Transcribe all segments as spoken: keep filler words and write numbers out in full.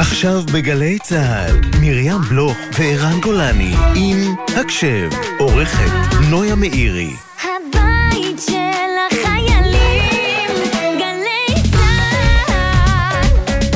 עכשיו בגלי צהל, מרים בלוך וערן גולני עם הקשב, עורכת נויה מאירי. הבית של החיילים, גלי צהל.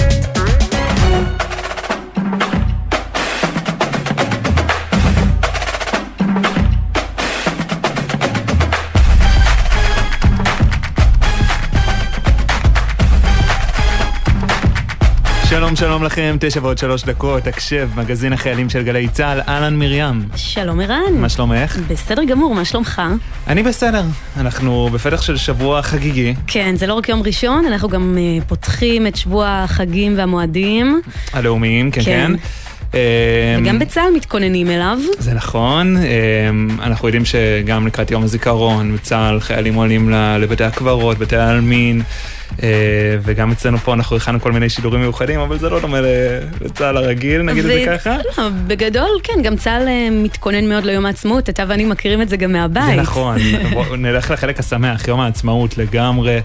שלום שלום לכם, תשע ועוד שלוש דקות, הקשב, מגזין החיילים של גלי צהל. אהלן מרים. שלום ערן. מה שלומך? בסדר גמור, מה שלומך? אני בסדר, אנחנו בפתח של שבוע חגיגי. כן, זה לא רק יום ראשון, אנחנו גם uh, פותחים את שבוע החגים והמועדים. הלאומיים, כן כן. כן. וגם בצהל מתכוננים אליו. זה נכון, אנחנו יודעים שגם לקראת יום הזיכרון, בצהל חיילים עולים לבתי הקברות, בתי העלמין, וגם אצלנו פה אנחנו הכנו כל מיני שידורים מיוחדים, אבל זה לא דומה לצהל הרגיל, נגיד את זה ככה. לא, בגדול, כן, גם צהל מתכונן מאוד ליום העצמאות, אתה ואני מכירים את זה גם מהבית. זה נכון, נלך לחלק השמח, יום העצמאות לגמרי.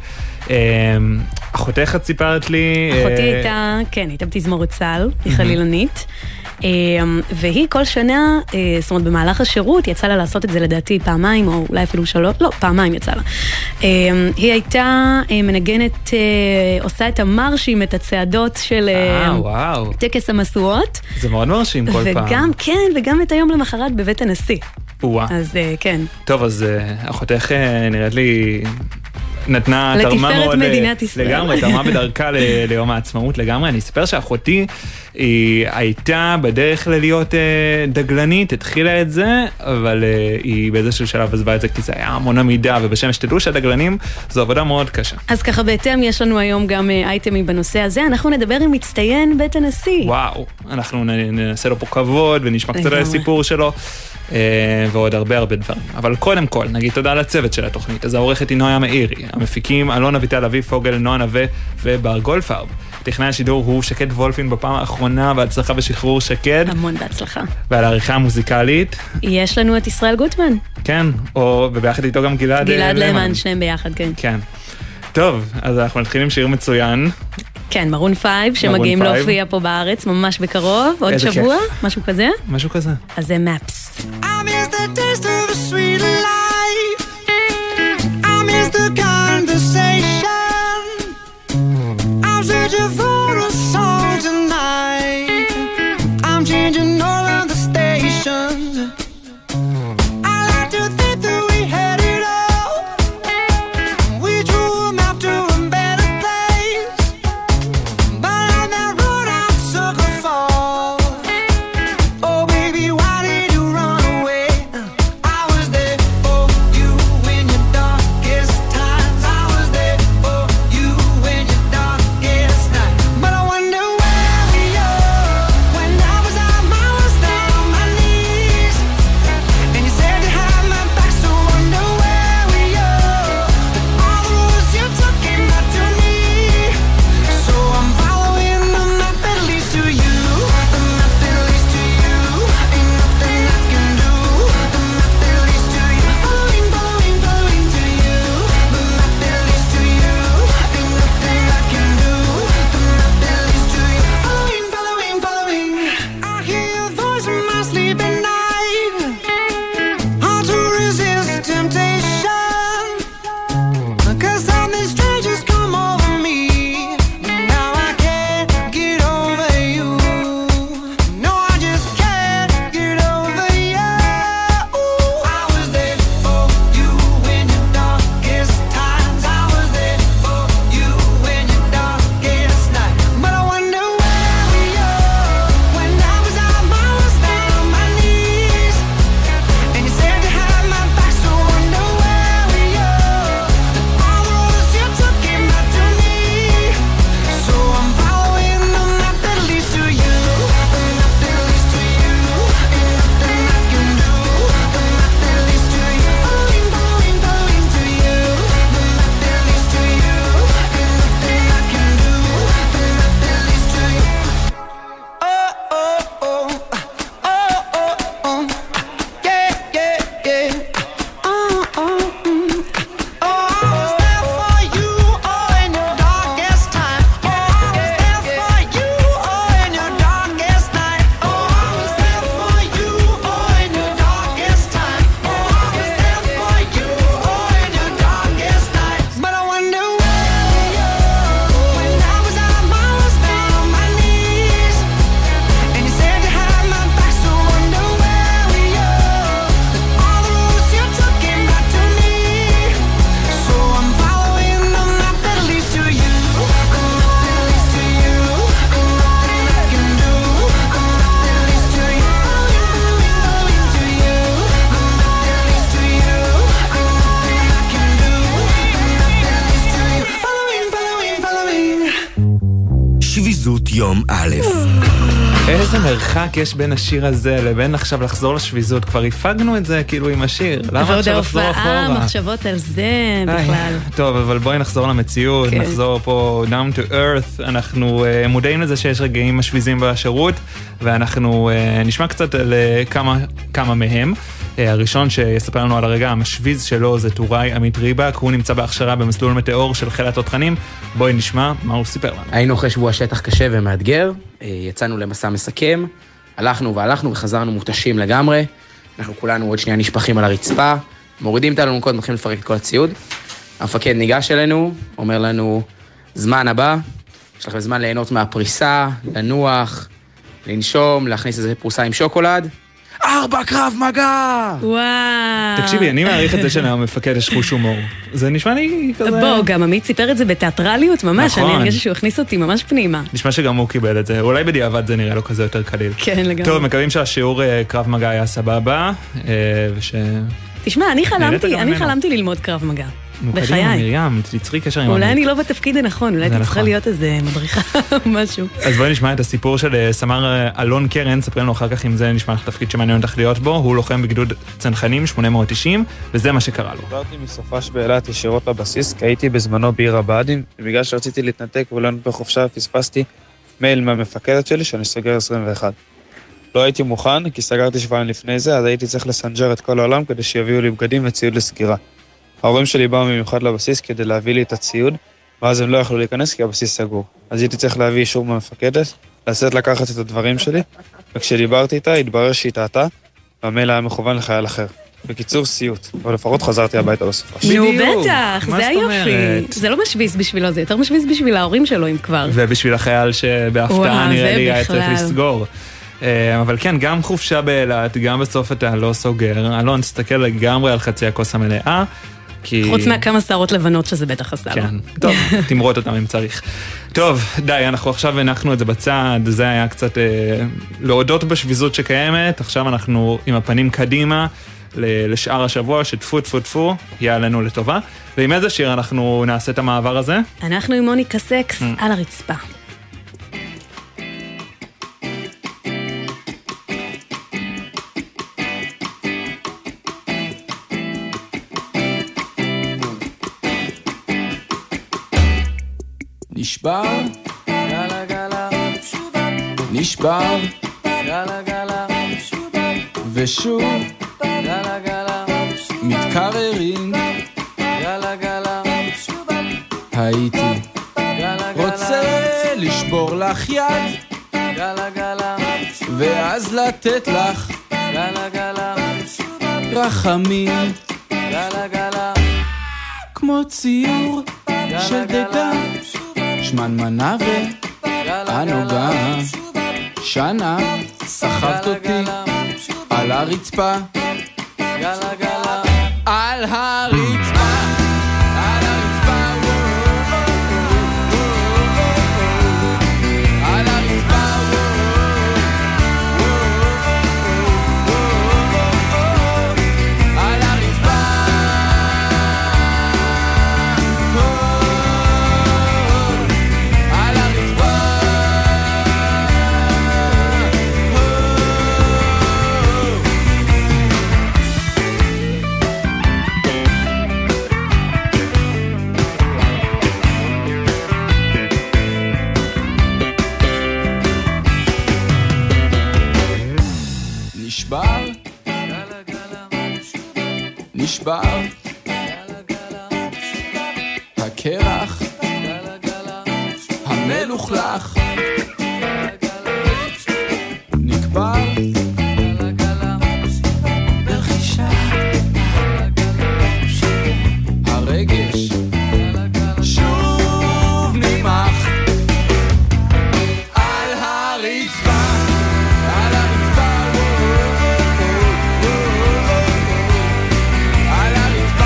אחותך את סיפרת לי... אחותי הייתה, כן, הייתה בתזמורת צהל, היא חלילנית. והיא כל שנה, זאת אומרת במהלך השירות, יצא לה לעשות את זה לדעתי פעמיים, או אולי אפילו שלוש, לא, פעמיים יצא לה. היא הייתה מנגנת, עושה את המרשים, את הצעדות של טקס המשואות. זה מאוד מרשים כל פעם. וגם, כן, וגם את היום למחרת בבית הנשיא. אז כן. טוב, אז אחותך נראית לי... נתנה, תרמה מאוד, לגמרי, תרמה בדרכה ליום העצמאות לגמרי. אני אספר שאחותי היא הייתה בדרך ללהיות דגלנית, התחילה את זה, אבל היא באיזשהו שלב עזבה את זה, כי זה היה המון עמידה, ובשם שתדעו שהדגלנים זו עבודה מאוד קשה. אז ככה בהתאם יש לנו היום גם אייטמים בנושא הזה, אנחנו נדבר עם מצטיין בית הנשיא. וואו, אנחנו ננסה לו פה כבוד, ונשמע קצת על הסיפור שלו. ועוד הרבה הרבה דברים. אבל קודם כל, נגיד תודה לצוות של התוכנית. אז העורכת היא נויה מאירי, המפיקים אלון אביטל, אביב פוגל, נועה נווה ובר גולדפרב. טכנאי השידור הוא שקד וולפין בפעם האחרונה, בהצלחה בשחרור שקד. המון בהצלחה. ועל העריכה המוזיקלית יש לנו את ישראל גוטמן. כן, או, וביחד איתו גם גלעד גלעד למן, שניהם ביחד, כן. כן. טוב, אז אנחנו נתחיל עם שיר מצוין. כן, מרון פייב, שמגיעים להופיע פה בארץ ממש בקרוב, עוד שבוע, משהו כזה. משהו כזה. אז זה Maps. I miss the taste of a sweet life. I miss the conversation. I'm searching for a song tonight. I'm changing all of the stations. I like to think that we had it all. We drew a map to a better place. But on that road I took a fall. Oh baby, why did you run away? I א'. איזה מרחק יש בין השיר הזה לבין עכשיו לחזור לשביזות, כבר הפגנו את זה כאילו עם השיר, למה עכשיו לחזור אחורה? מחשבות על זה בכלל. טוב, אבל בואי נחזור למציאות, נחזור פה down to earth, אנחנו מודעים לזה שיש רגעים משוויזים בשירות, ואנחנו נשמע קצת על כמה מהם. הראשון שיספר לנו על הרגע המשוויז שלו זה טוראי עמית ריבק, הוא נמצא בהכשרה במסלול מטאור של חיל התותחנים. בואי נשמע מה הוא סיפר לנו. היינו אחרי שבוע שטח קשה ומאתגר, יצאנו למסע מסכם, הלכנו והלכנו וחזרנו מותשים לגמרי, אנחנו כולנו עוד שנייה נשפכים על הרצפה, מורידים את האלונקות, מתחילים לפרק את כל הציוד, המפקד ניגש אלינו, אומר לנו, זמן הבא, יש לכם זמן ליהנות מהפריסה, לנוח, לנשום, להכניס איזה פרוסה עם שוקולד, ארבע קרב מגע! וואו. תקשיבי, אני מעריך את זה שאני המפקד יש חוש הומור. זה נשמע לי כזה... בוא, גם עמית סיפר את זה בתיאטרליות ממש, אני הרגשתי שהוא הכניס אותי ממש פנימה. נשמע שגם הוא קיבל את זה, אולי בדיעבד זה נראה לו כזה יותר קליל. כן, לגמרי. טוב, מקווים שהשיעור קרב מגע היה סבבה, וש... תשמע, אני חלמתי, אני חלמתי ללמוד קרב מגע. בחיי. מרים, תצרי קשר עם עמית. אולי אני לא בתפקיד הנכון, אולי תצטרך להיות איזה מדריכה או משהו. אז בואי נשמע את הסיפור של סמ"ר אלון קרן, ספרי לנו אחר כך אם זה נשמע לך תפקיד שמעניין אותך להיות בו, הוא לוחם בגדוד צנחנים שמונה מאות תשעים, וזה מה שקרה לו. עברתי מסופש באילת ישירות לבסיס, כי הייתי בזמנו בעיר הבה"דים, ובגלל שרציתי להתנתק ולנות בחופשה, פספסתי מייל מהמפקדת שלי שאני סוגר עשרים ואחת. לא הייתי מוכן, כי סגרתי שבועיים לפני זה, אז הייתי צריך לסנג'ר את כל העולם כדי שיביאו לי בגדים וציוד לסגירה. ההורים שלי באו במיוחד לבסיס כדי להביא לי את הציוד, ואז הם לא יכלו להיכנס כי הבסיס סגור. אז הייתי צריך להביא אישור מהמפקדת, לצאת לקחת את הדברים שלי, וכשדיברתי איתה, התברר שהיא טעתה, והמייל היה מכוון לחייל אחר. בקיצור, סיוט, אבל לפחות חזרתי הביתה בסופש. נו, בטח, זה היופי. זה לא משוויז בשבילו, זה יותר משוויז בשביל ההורים שלו, אם כבר. ובשביל החייל שבהפתעה נראה לי היה צריך לסגור. אבל כן, גם חופשה באילת, גם בסוף אתה לא סוגר. אלון, תסתכל לגמרי על חצי הכוס המלאה. חוץ מהכמה שערות לבנות שזה בטח עשה לו. כן, טוב, תמרות אותם אם צריך. טוב, די, אנחנו עכשיו הנחנו את זה בצד, זה היה קצת אה, להודות בשביזות שקיימת, עכשיו אנחנו עם הפנים קדימה לשאר השבוע, שטפו טפו טפו, יהיה עלינו לטובה. ועם איזה שיר אנחנו נעשה את המעבר הזה? אנחנו עם מוניקה סקס mm. על הרצפה. נשבר, גלה גלה, נשבר, גלה גלה, ושוב, גלה גלה, מתקררים, גלה גלה, הייתי רוצה לשבור לך יד, גלה גלה, ואז לתת לך, גלה גלה, רחמים, גלה גלה, כמו ציור של דגה, שמן מנה וענוגה, שנה סחבת אותי על הרצפה, על הרצפה, על הרצפה, על הרצפה, על הרצפה, נשבר, הקרח, המלוכלך, נקבר, ברכישה, הרגש, שוב נמח, על הרצפה, על הרצפה, על הרצפה,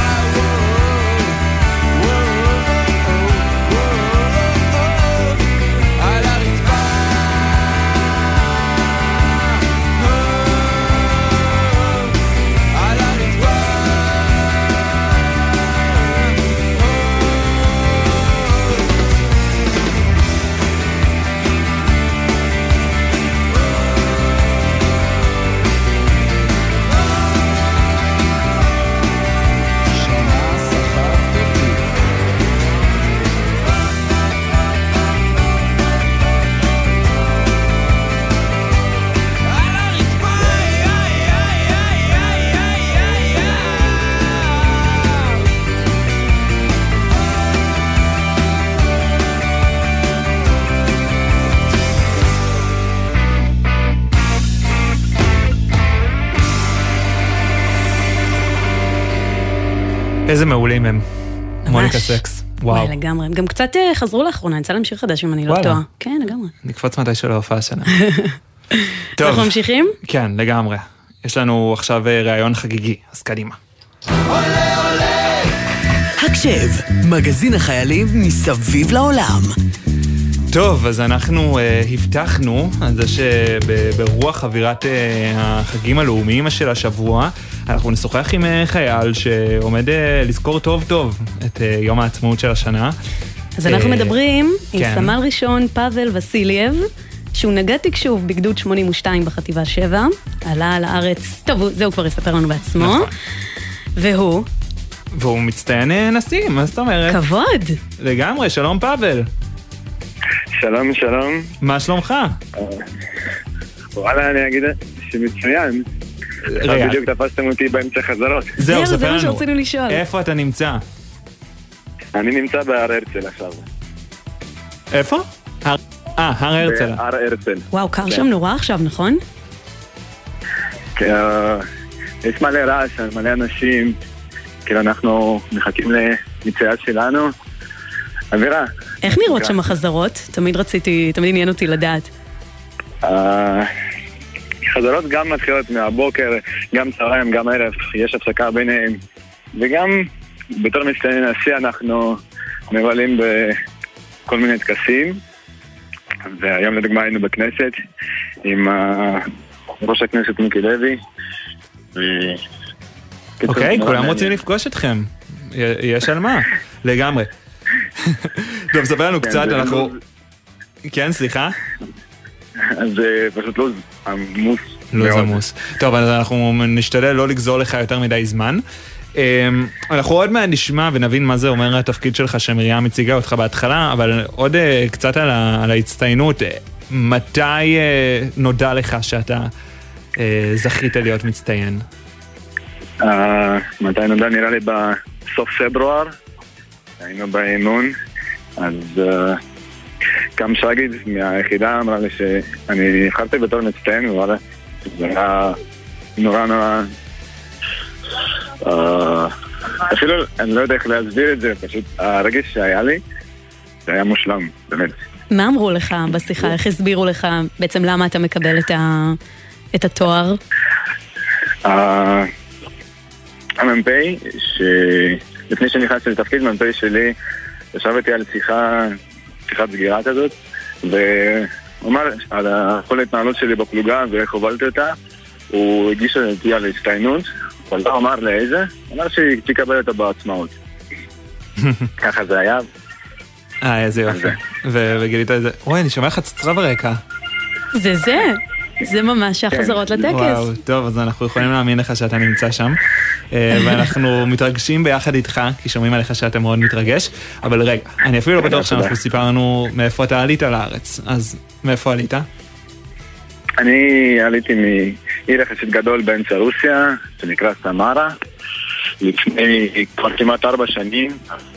איזה מעולים הם. מוניקה סקס. וואו. וואי, לגמרי. הם גם קצת חזרו לאחרונה, יצא להם שיר חדש אם אני לא טועה. כן, לגמרי. נקפוץ מתי של ההופעה שלה. טוב. אנחנו ממשיכים? כן, לגמרי. יש לנו עכשיו ראיון חגיגי, אז קדימה. הקשב, מגזין החיילים מסביב לעולם. טוב, אז אנחנו אה, הבטחנו על זה שברוח אווירת אה, החגים הלאומיים של השבוע, אנחנו נשוחח עם אה, חייל שעומד אה, לזכור טוב טוב את אה, יום העצמאות של השנה. אז אנחנו אה, מדברים עם כן. סמל ראשון פאבל וסילייב, שהוא נגד תקשוב בגדוד שמונים ושתיים בחטיבה שבע, עלה לארץ, טוב, זהו כבר יספר לנו בעצמו, נכון. והוא... והוא מצטיין נשיא, מה זאת אומרת? כבוד! לגמרי, שלום פאבל. שלום, שלום. מה שלומך? וואלה, אני אגיד שמצוין. רגע. בדיוק תפסתם אותי באמצע חזרות. זהו, זה ספר מה לנו. שרצינו לשאול. איפה אתה נמצא? אני נמצא בהר הרצל עכשיו. איפה? הר- אה, הר הרצל. בהר הרצל. וואו, קר כן. שם נורא עכשיו, נכון? כי, אה, יש מלא רעש, מלא אנשים. כאילו אנחנו מחכים למציאה שלנו. אווירה. איך נראות שם החזרות? תמיד רציתי, תמיד עניין אותי לדעת. אה, חזרות גם מתחילות מהבוקר, גם צהריים, גם ערב. יש הפסקה ביניהם. וגם בתור מצטיין נשיא אנחנו מבלים בכל מיני טקסים. והיום לדוגמה היינו בכנסת עם ראש הכנסת מיקי לוי. אוקיי, כולם רוצים לפגוש אתכם. יש על מה? לגמרי. טוב, ספר לנו קצת, אנחנו... כן, סליחה? אז זה פשוט לוז עמוס. לוז עמוס. טוב, אז אנחנו נשתדל לא לגזור לך יותר מדי זמן. אנחנו עוד מעט נשמע ונבין מה זה אומר התפקיד שלך שמרים הציגה אותך בהתחלה, אבל עוד קצת על ההצטיינות. מתי נודע לך שאתה זכית להיות מצטיין? מתי נודע? נראה לי בסוף פברואר. היינו באימון. אז גם שגיד מהיחידה אמרה לי שאני נבחרתי בתור מצטיין, וואלה, זה היה נורא נורא... אפילו אני לא יודע איך להסביר את זה, פשוט הרגש שהיה לי זה היה מושלם, באמת. מה אמרו לך בשיחה? איך הסבירו לך בעצם למה אתה מקבל את התואר? המ"פ, שלפני שנכנסתי לתפקיד, מ"פ שלי ישבתי על שיחה, שיחת סגירה כזאת, והוא אמר על כל ההתנהלות שלי בפלוגה ואיך הובלתי אותה. הוא הגיש אותי על הצטיינות, אבל הוא אמר לאיזה, אמר שהיא תקבל אותה בעצמאות. ככה זה היה. אה, איזה יופי. וגילית את זה. וואי, אני שומע לך צצרה ברקע. זה זה. זה ממש החזרות לטקס. וואו, טוב, אז אנחנו יכולים להאמין לך שאתה נמצא שם. ואנחנו מתרגשים ביחד איתך, כי שומעים עליך שאתה מאוד מתרגש. אבל רגע, אני אפילו לא בטוח שאנחנו סיפרנו מאיפה אתה עלית לארץ. אז מאיפה עלית? אני עליתי מעיר יחסית גדול באמצע רוסיה, שנקרא סמרה, לפני כבר כמעט ארבע שנים.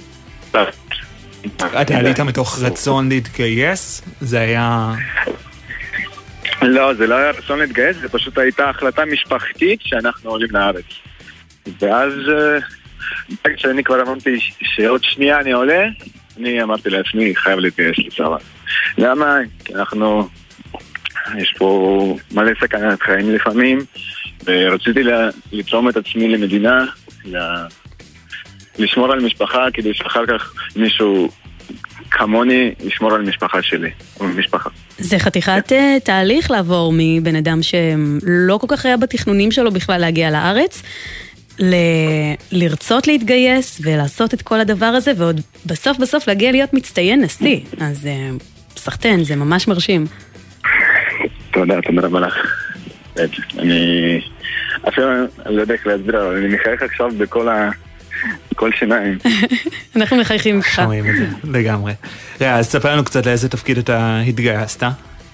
אתה עלית מתוך רצון להתגייס? זה היה... לא, זה לא היה רצון להתגייס, זה פשוט הייתה החלטה משפחתית שאנחנו עולים לארץ. ואז, כשאני כבר אמרתי שעוד שנייה אני עולה, אני אמרתי לעצמי, חייב להתגייס לצבא. למה? כי אנחנו... יש פה מלא סכנת חיים לפעמים, ורציתי לתרום את עצמי למדינה, לשמור על משפחה, כדי שאחר כך מישהו כמוני ישמור על משפחה שלי, או משפחה. זה חתיכת תהליך לעבור מבן אדם שלא כל כך היה בתכנונים שלו בכלל להגיע לארץ, ל- לרצות להתגייס ולעשות את כל הדבר הזה, ועוד בסוף בסוף להגיע להיות מצטיין נשיא. אז סחטן, זה ממש מרשים. תודה, תודה רבה לך. אני... אפילו אני לא יודע איך להסביר, אבל אני מחייך עכשיו בכל ה... בכל שיניים. אנחנו מחייכים איתך. שומעים את זה, לגמרי. אז ספר לנו קצת לאיזה תפקיד אתה התגייסת.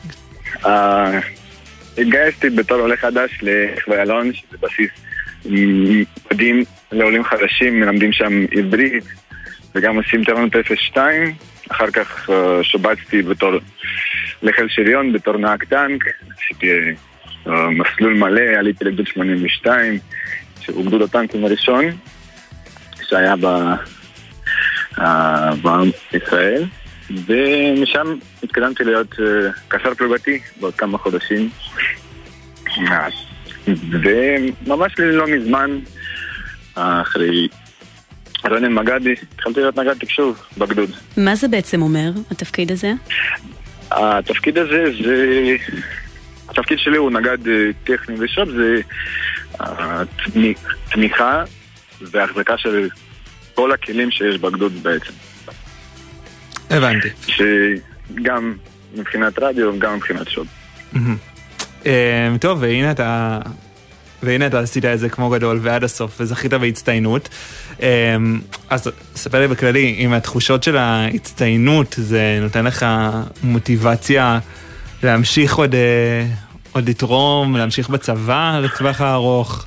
התגייסתי בתור עולה חדש לחווי אלון, שזה בסיס מדהים לעולים חדשים, מלמדים שם עברית, וגם עושים טירונות אפס שתיים. אחר כך שובצתי בתור לחיל שריון, בתור נהג טנק, עשיתי מסלול מלא, עליתי לגדוד שמונים ושתיים, שהוא גדוד הטנקים הראשון, שהיה בישראל, ומשם התקדמתי להיות קשר פלוגתי בעוד כמה חודשים. וממש לא מזמן, אחרי רונן מגדי, התחלתי להיות נגד תקשוב בגדוד. מה זה בעצם אומר, התפקיד הזה? התפקיד הזה זה... התפקיד שלי הוא נגד טכני ושוב, זה תמיכה והחזקה של כל הכלים שיש בגדוד בעצם. הבנתי. שגם מבחינת רדיו, גם מבחינת שוב. טוב, והנה אתה... והנה אתה עשית את זה כמו גדול ועד הסוף, וזכית בהצטיינות. אז ספר לי בכללי, אם התחושות של ההצטיינות, זה נותן לך מוטיבציה להמשיך עוד, עוד לתרום, להמשיך בצבא לטווח הארוך?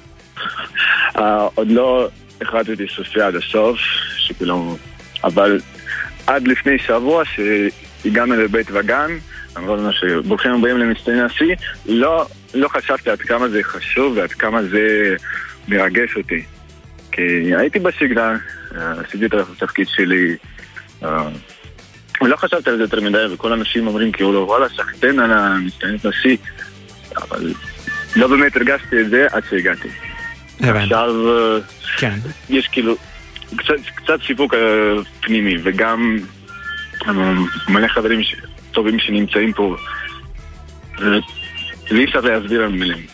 עוד לא החלטתי סופי עד הסוף, שכאילו, אבל עד לפני שבוע שהגענו לבית וגן, אמרו לנו שברוכים הבאים למצטייני השיא, לא, לא חשבתי עד כמה זה חשוב ועד כמה זה מרגש אותי. כי הייתי בשגרה, עשיתי את התפקיד שלי, ולא חשבתי על זה יותר מדי, וכל אנשים אומרים כאילו, וואלה, שחטן על המצטיינת השיא, אבל לא באמת הרגשתי את זה עד שהגעתי. עכשיו, כן. יש כאילו קצת, קצת סיפוק פנימי, וגם מלא חברים טובים שנמצאים פה, ואי אפשר להסביר על מילים.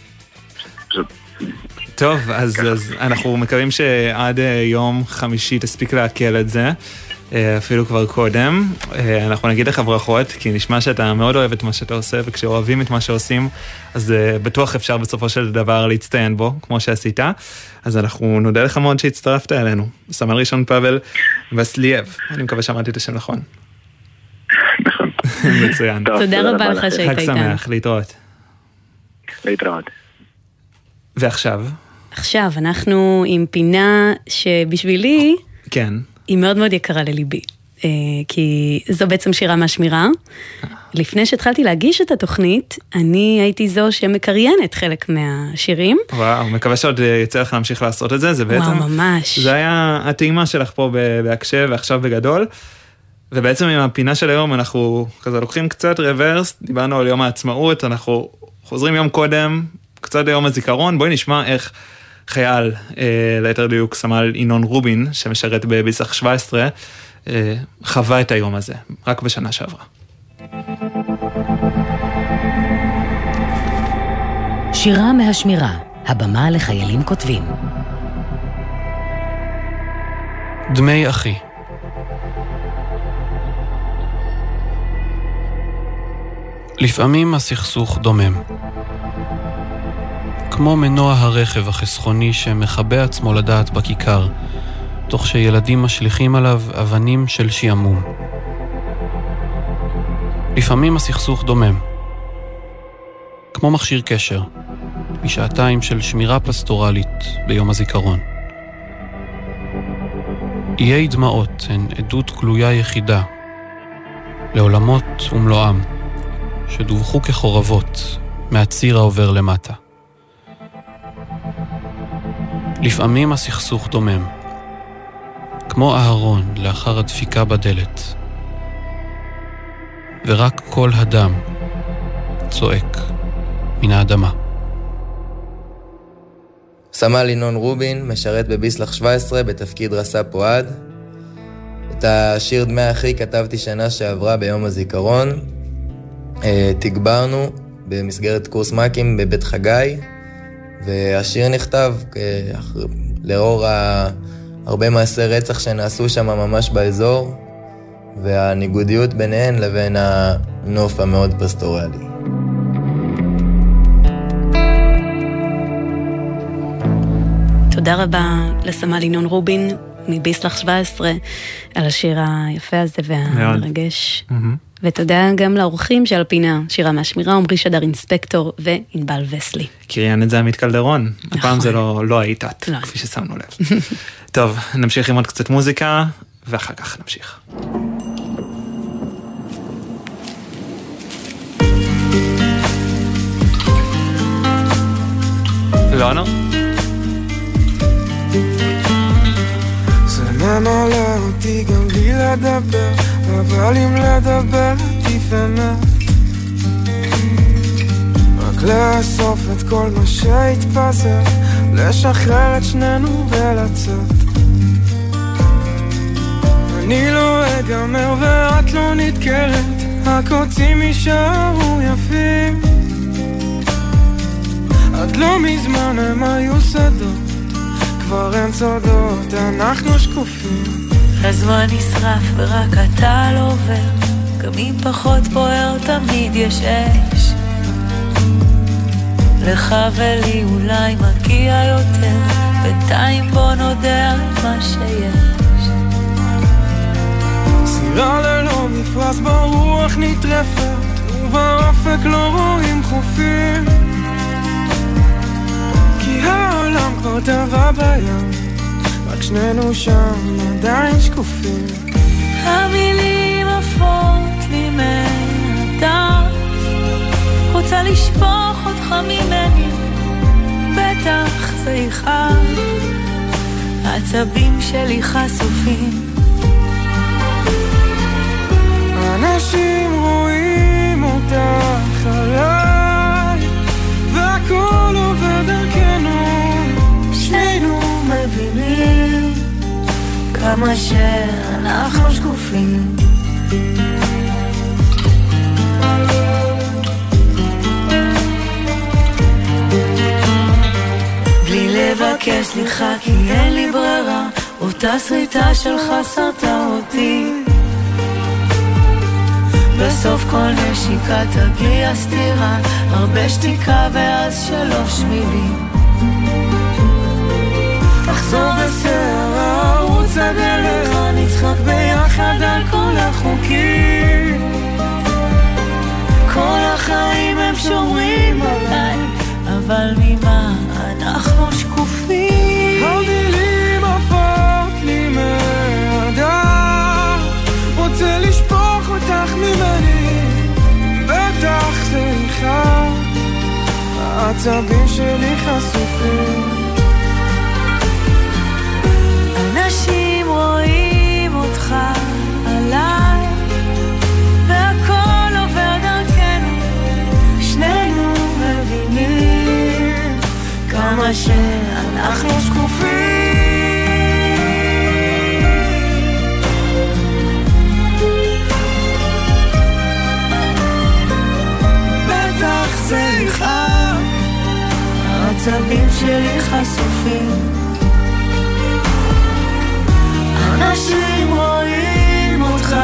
טוב, אז, אז אנחנו מקווים שעד יום חמישי תספיק להקל את זה, אפילו כבר קודם. אנחנו נגיד לך ברכות, כי נשמע שאתה מאוד אוהב את מה שאתה עושה, וכשאוהבים את מה שעושים, אז בטוח אפשר בסופו של דבר להצטיין בו, כמו שעשית. אז אנחנו נודה לך מאוד שהצטרפת אלינו. סמל ראשון פאבל וסלייב, אני מקווה שאמרתי את השם נכון. נכון. מצוין. תודה רבה לך שהיית איתנו. חג שמח, להתראות. להתראות. ועכשיו? עכשיו אנחנו עם פינה שבשבילי... כן. היא מאוד מאוד יקרה לליבי, כי זו בעצם שירה מהשמירה. לפני שהתחלתי להגיש את התוכנית, אני הייתי זו שמקריינת חלק מהשירים. וואו, מקווה שעוד יצא לך להמשיך לעשות את זה, זה בעצם... וואו, ממש. זה היה הטעימה שלך פה בהקשב ועכשיו בגדול, ובעצם עם הפינה של היום אנחנו כזה לוקחים קצת רוורס, דיברנו על יום העצמאות, אנחנו חוזרים יום קודם, קצת ליום הזיכרון, בואי נשמע איך... חייל, אה, ליתר דיוק, סמל ינון רובין, שמשרת בביסח שבע עשרה, אה, חווה את היום הזה, רק בשנה שעברה. שירה מהשמירה, הבמה לחיילים כותבים. דמי אחי. לפעמים הסכסוך דומם. כמו מנוע הרכב החסכוני שמחבא עצמו לדעת בכיכר, תוך שילדים משליכים עליו אבנים של שיעמום. לפעמים הסכסוך דומם. כמו מכשיר קשר, בשעתיים של שמירה פסטורלית ביום הזיכרון. איי דמעות הן עדות גלויה יחידה, לעולמות ומלואם, שדווחו כחורבות מהציר העובר למטה. לפעמים הסכסוך דומם, כמו אהרון לאחר הדפיקה בדלת, ורק כל הדם צועק מן האדמה. סמל ינון רובין, משרת בביסלח שבע עשרה בתפקיד רס"פ אוהד. את השיר דמי אחי כתבתי שנה שעברה ביום הזיכרון. תגברנו במסגרת קורס מקים בבית חגי, והשיר נכתב לאור הרבה מעשי רצח שנעשו שם ממש באזור, והניגודיות ביניהן לבין הנוף המאוד פסטורלי. תודה רבה לסמל ינון רובין מביסלח שבע עשרה על השיר היפה הזה והמרגש. ותודה גם לאורחים של הפינה, שירה מהשמירה, עומרי שדר אינספקטור וענבל וסלי. קריין את זה עמית קלדרון, הפעם זה לא היית את, כפי ששמנו לב. טוב, נמשיך עם עוד קצת מוזיקה, ואחר כך נמשיך. לא, לא? ממלא אותי גם בלי לדבר, אבל אם לדבר עדיף אמת, רק לאסוף את כל מה שהתפזר, לשחרר את שנינו ולצאת. אני לא אגמר ואת לא נתקרת, הקוצים יישארו יפים, עד לא מזמן הם היו שדות, כבר אין צודות, אנחנו שקופים. הזמן נשרף ורק אתה לא עובר, גם אם פחות בוער תמיד יש אש, לך ולי אולי מגיע יותר, בינתיים בוא נודה על מה שיש. סירה ללא מפרס ברוח נטרפת, ובאופק לא רואים חופים, כי העולם כבר טבע בים, רק שנינו שם עדיין שקופים. המילים עפות לי מהדף, רוצה לשפוך אותך ממני, בטח זה יחד, העצבים שלי חשופים. אנשים רואים אותך עליי, והכל עובר דרכנו, שנינו מבינים כמה שאנחנו שקופים. בלי לבקש סליחה כי אין לי ברירה, אותה שריטה שלך שרתה אותי, בסוף כל נשיקה תגיע סתירה, הרבה שתיקה ואז שלוש מילים. אחזור בסערה, רוץ הדרך, נצחק ביחד על כל החוקים, כל החיים הם שומרים עליי, אבל ממה אנחנו שקופים. המילים עפות לי מהדף, רוצה לשפוך אותך ממני, בטח זה אחד, העצבים שלי חשופים. אנשים רואים אותך עליי, והכל עובר דרכנו, שנינו מבינים כמה שאנחנו שקופים. בטח זה אחד, העצבים שלי חשופים. אנשים רואים אותך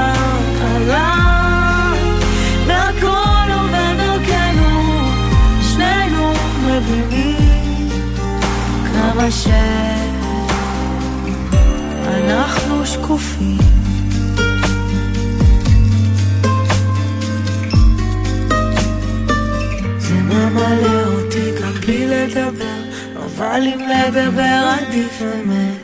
עליי, והכל עובר דרכנו, שנינו מבינים כמה שאנחנו שקופים. זה ממלא אותי גם בלי לדבר, אבל אם לדבר עדיף אמת.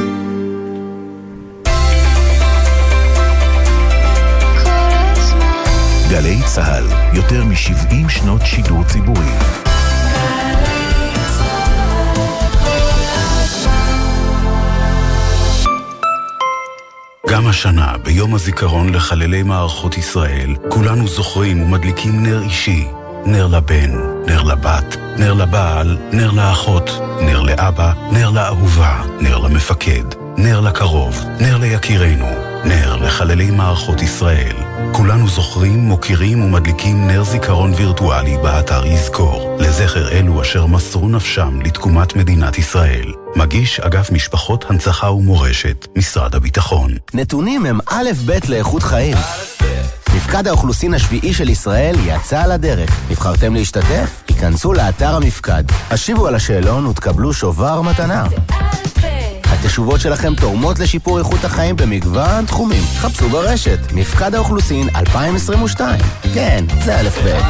גלי צהל, יותר מ-שבעים שנות שידור ציבורי. גם השנה, ביום הזיכרון לחללי מערכות ישראל, כולנו זוכרים ומדליקים נר אישי. נר לבן, נר לבת, נר לבעל, נר לאחות, נר לאבא, נר לאהובה, נר למפקד, נר לקרוב, נר ליקירנו, נר לחללי מערכות ישראל. כולנו זוכרים, מוקירים ומדליקים נר זיכרון וירטואלי באתר יזכור, לזכר אלו אשר מסרו נפשם לתקומת מדינת ישראל. מגיש אגף משפחות הנצחה ומורשת, משרד הביטחון. נתונים הם א' ב' לאיכות חיים. מפקד האוכלוסין השביעי של ישראל יצא על הדרך. נבחרתם להשתתף? היכנסו לאתר המפקד, השיבו על השאלון ותקבלו שובר מתנה. התשובות שלכם תורמות לשיפור איכות החיים במגוון תחומים. חפשו ברשת, מפקד האוכלוסין אלפיים עשרים ושתיים. כן, זה א' ב'.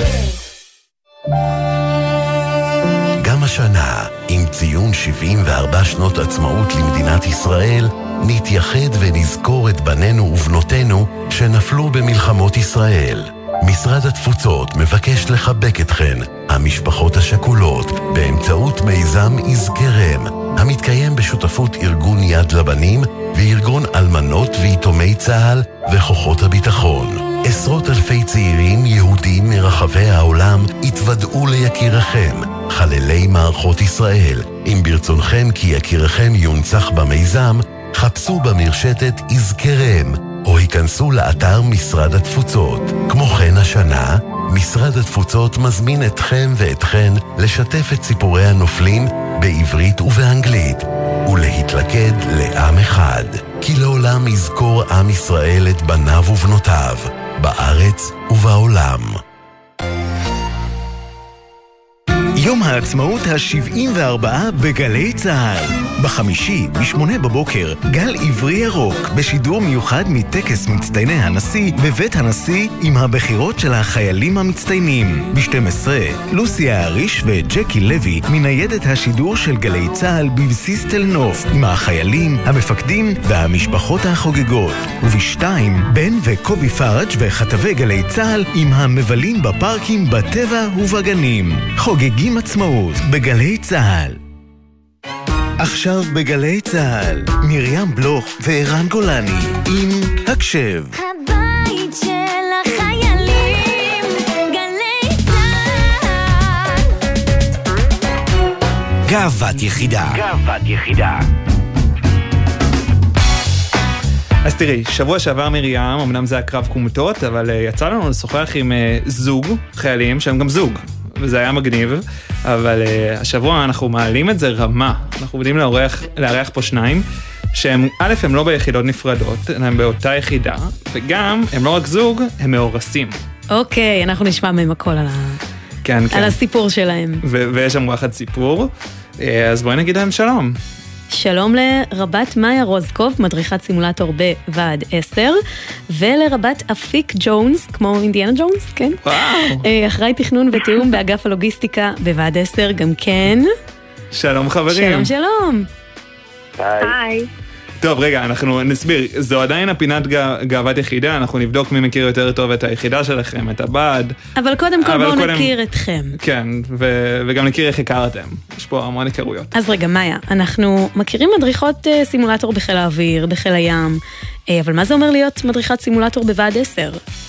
גם השנה, עם ציון שבעים וארבע שנות עצמאות למדינת ישראל, נתייחד ונזכור את בנינו ובנותינו שנפלו במלחמות ישראל. משרד התפוצות מבקש לחבק אתכן, המשפחות השכולות, באמצעות מיזם יזכרם, המתקיים בשותפות ארגון יד לבנים וארגון אלמנות ויתומי צה"ל וכוחות הביטחון. עשרות אלפי צעירים יהודים מרחבי העולם התוודעו ליקירכם, חללי מערכות ישראל. אם ברצונכם כי יקירכם יונצח במיזם, חפשו במרשתת יזכרם, או היכנסו לאתר משרד התפוצות. כמו כן השנה, משרד התפוצות מזמין אתכם ואתכן לשתף את סיפורי הנופלים בעברית ובאנגלית, ולהתלכד לעם אחד. כי לעולם יזכור עם ישראל את בניו ובנותיו, בארץ ובעולם. יום העצמאות ה-שבעים וארבע בגלי צה"ל. בחמישי, בשמונה בבוקר, גל עברי ירוק, בשידור מיוחד מטקס מצטייני הנשיא בבית הנשיא עם הבחירות של החיילים המצטיינים. ב-שתים עשרה, לוסיה אריש וג'קי לוי מניידת השידור של גלי צה"ל בבסיס תל נוף, עם החיילים, המפקדים והמשפחות החוגגות. וב-שתיים, בן וקובי פארג' וכתבי גלי צה"ל עם המבלים בפארקים בטבע ובגנים. חוגגים עצמאות בגלי צה"ל. עכשיו בגלי צה"ל, מרים בלוך וערן גולני עם הקשב. הבית של החיילים, גלי צה"ל. גאוות יחידה. גאוות יחידה. אז תראי, שבוע שעבר מרים, אמנם זה היה קרב קומטות, אבל יצא לנו לשוחח עם זוג חיילים שהם גם זוג. וזה היה מגניב, אבל uh, השבוע אנחנו מעלים את זה רמה. אנחנו עובדים לארח, לארח פה שניים, שהם, א', הם לא ביחידות נפרדות, הם באותה יחידה, וגם, הם לא רק זוג, הם מאורסים. אוקיי, אנחנו נשמע מהם הכל על, ה... כן, כן. על הסיפור שלהם. ו- ויש שם וואחד סיפור, אז בואי נגיד להם שלום. שלום לרבת מאיה רוזקוב, מדריכת סימולטור בוועד עשר, ולרבת אפיק ג'ונס, כמו אינדיאנה ג'ונס, כן? וואו. אחראי תכנון ותיאום באגף הלוגיסטיקה בוועד עשר, גם כן. שלום חברים. שלום שלום. היי. טוב, רגע, אנחנו נסביר, זו עדיין הפינת גאוות יחידה, אנחנו נבדוק מי מכיר יותר טוב את היחידה שלכם, את הבד. אבל קודם כל בואו נכיר אתכם. כן, ו- וגם נכיר איך הכרתם, יש פה המון היכרויות. אז רגע, מאיה, אנחנו מכירים מדריכות סימולטור בחיל האוויר, בחיל הים, אבל מה זה אומר להיות מדריכת סימולטור בוועד עשר?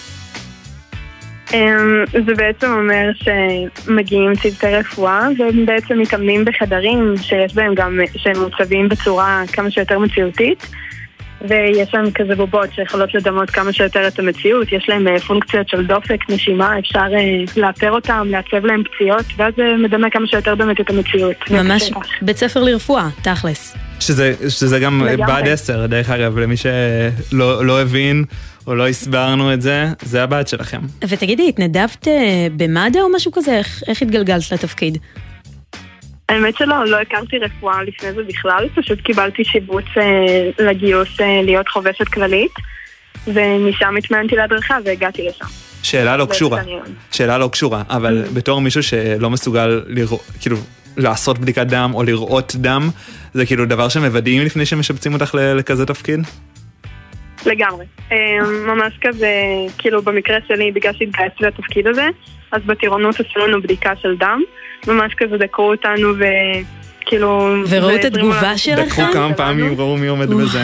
זה בעצם אומר שמגיעים צוותי רפואה והם בעצם מתאמנים בחדרים שיש בהם גם, שהם מוצבים בצורה כמה שיותר מציאותית, ויש להם כזה בובות שיכולות לדמות כמה שיותר את המציאות. יש להם פונקציות של דופק, נשימה, אפשר לאפר אותם, לעצב להם פציעות, ואז זה מדמה כמה שיותר באמת את המציאות. ממש בית ספר לרפואה, תכלס. שזה, שזה גם בעד עשר, דרך אגב, למי שלא לא הבין או לא הסברנו את זה, זה הבעד שלכם. ותגידי, התנדבת במד"א או משהו כזה? איך, איך התגלגלת לתפקיד? האמת שלא, לא הכרתי רפואה לפני זה בכלל, פשוט קיבלתי שיבוץ אה, לגיוס אה, להיות חובשת כללית, ומשם התמנתי להדרכה והגעתי לשם. שאלה לא קשורה, שאלה לא קשורה, אבל בתור מישהו שלא מסוגל לראות, כאילו, לעשות בדיקת דם או לראות דם, זה כאילו דבר שמוודאים לפני שמשבצים אותך לכזה תפקיד? לגמרי. ממש כזה, כאילו במקרה שלי בגלל שהתגייסתי לתפקיד הזה, אז בטירונות עשו לנו בדיקה של דם, ממש כזה דקרו אותנו וכאילו... וראו את התגובה שלכם? דקרו כמה פעמים, ראו מי עומד בזה.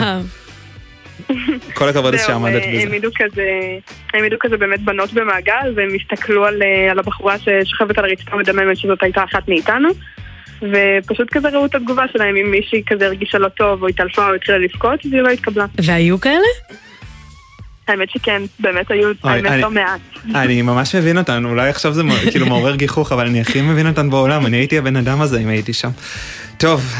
כל הכבוד שעמדת בזה. העמידו כזה באמת בנות במעגל, והם הסתכלו על הבחורה ששכבת על הרצפה מדממת שזאת הייתה אחת מאיתנו, ופשוט כזה ראו את התגובה שלהם, אם מישהי כזה הרגישה לא טוב או התעלפה או התחילה לבכות, והיא לא התקבלה. והיו כאלה? האמת שכן, באמת היו, האמת לא מעט. אני ממש מבין אותן, אולי עכשיו זה כאילו מעורר גיחוך, אבל אני הכי מבין אותן בעולם, אני הייתי הבן אדם הזה אם הייתי שם. טוב,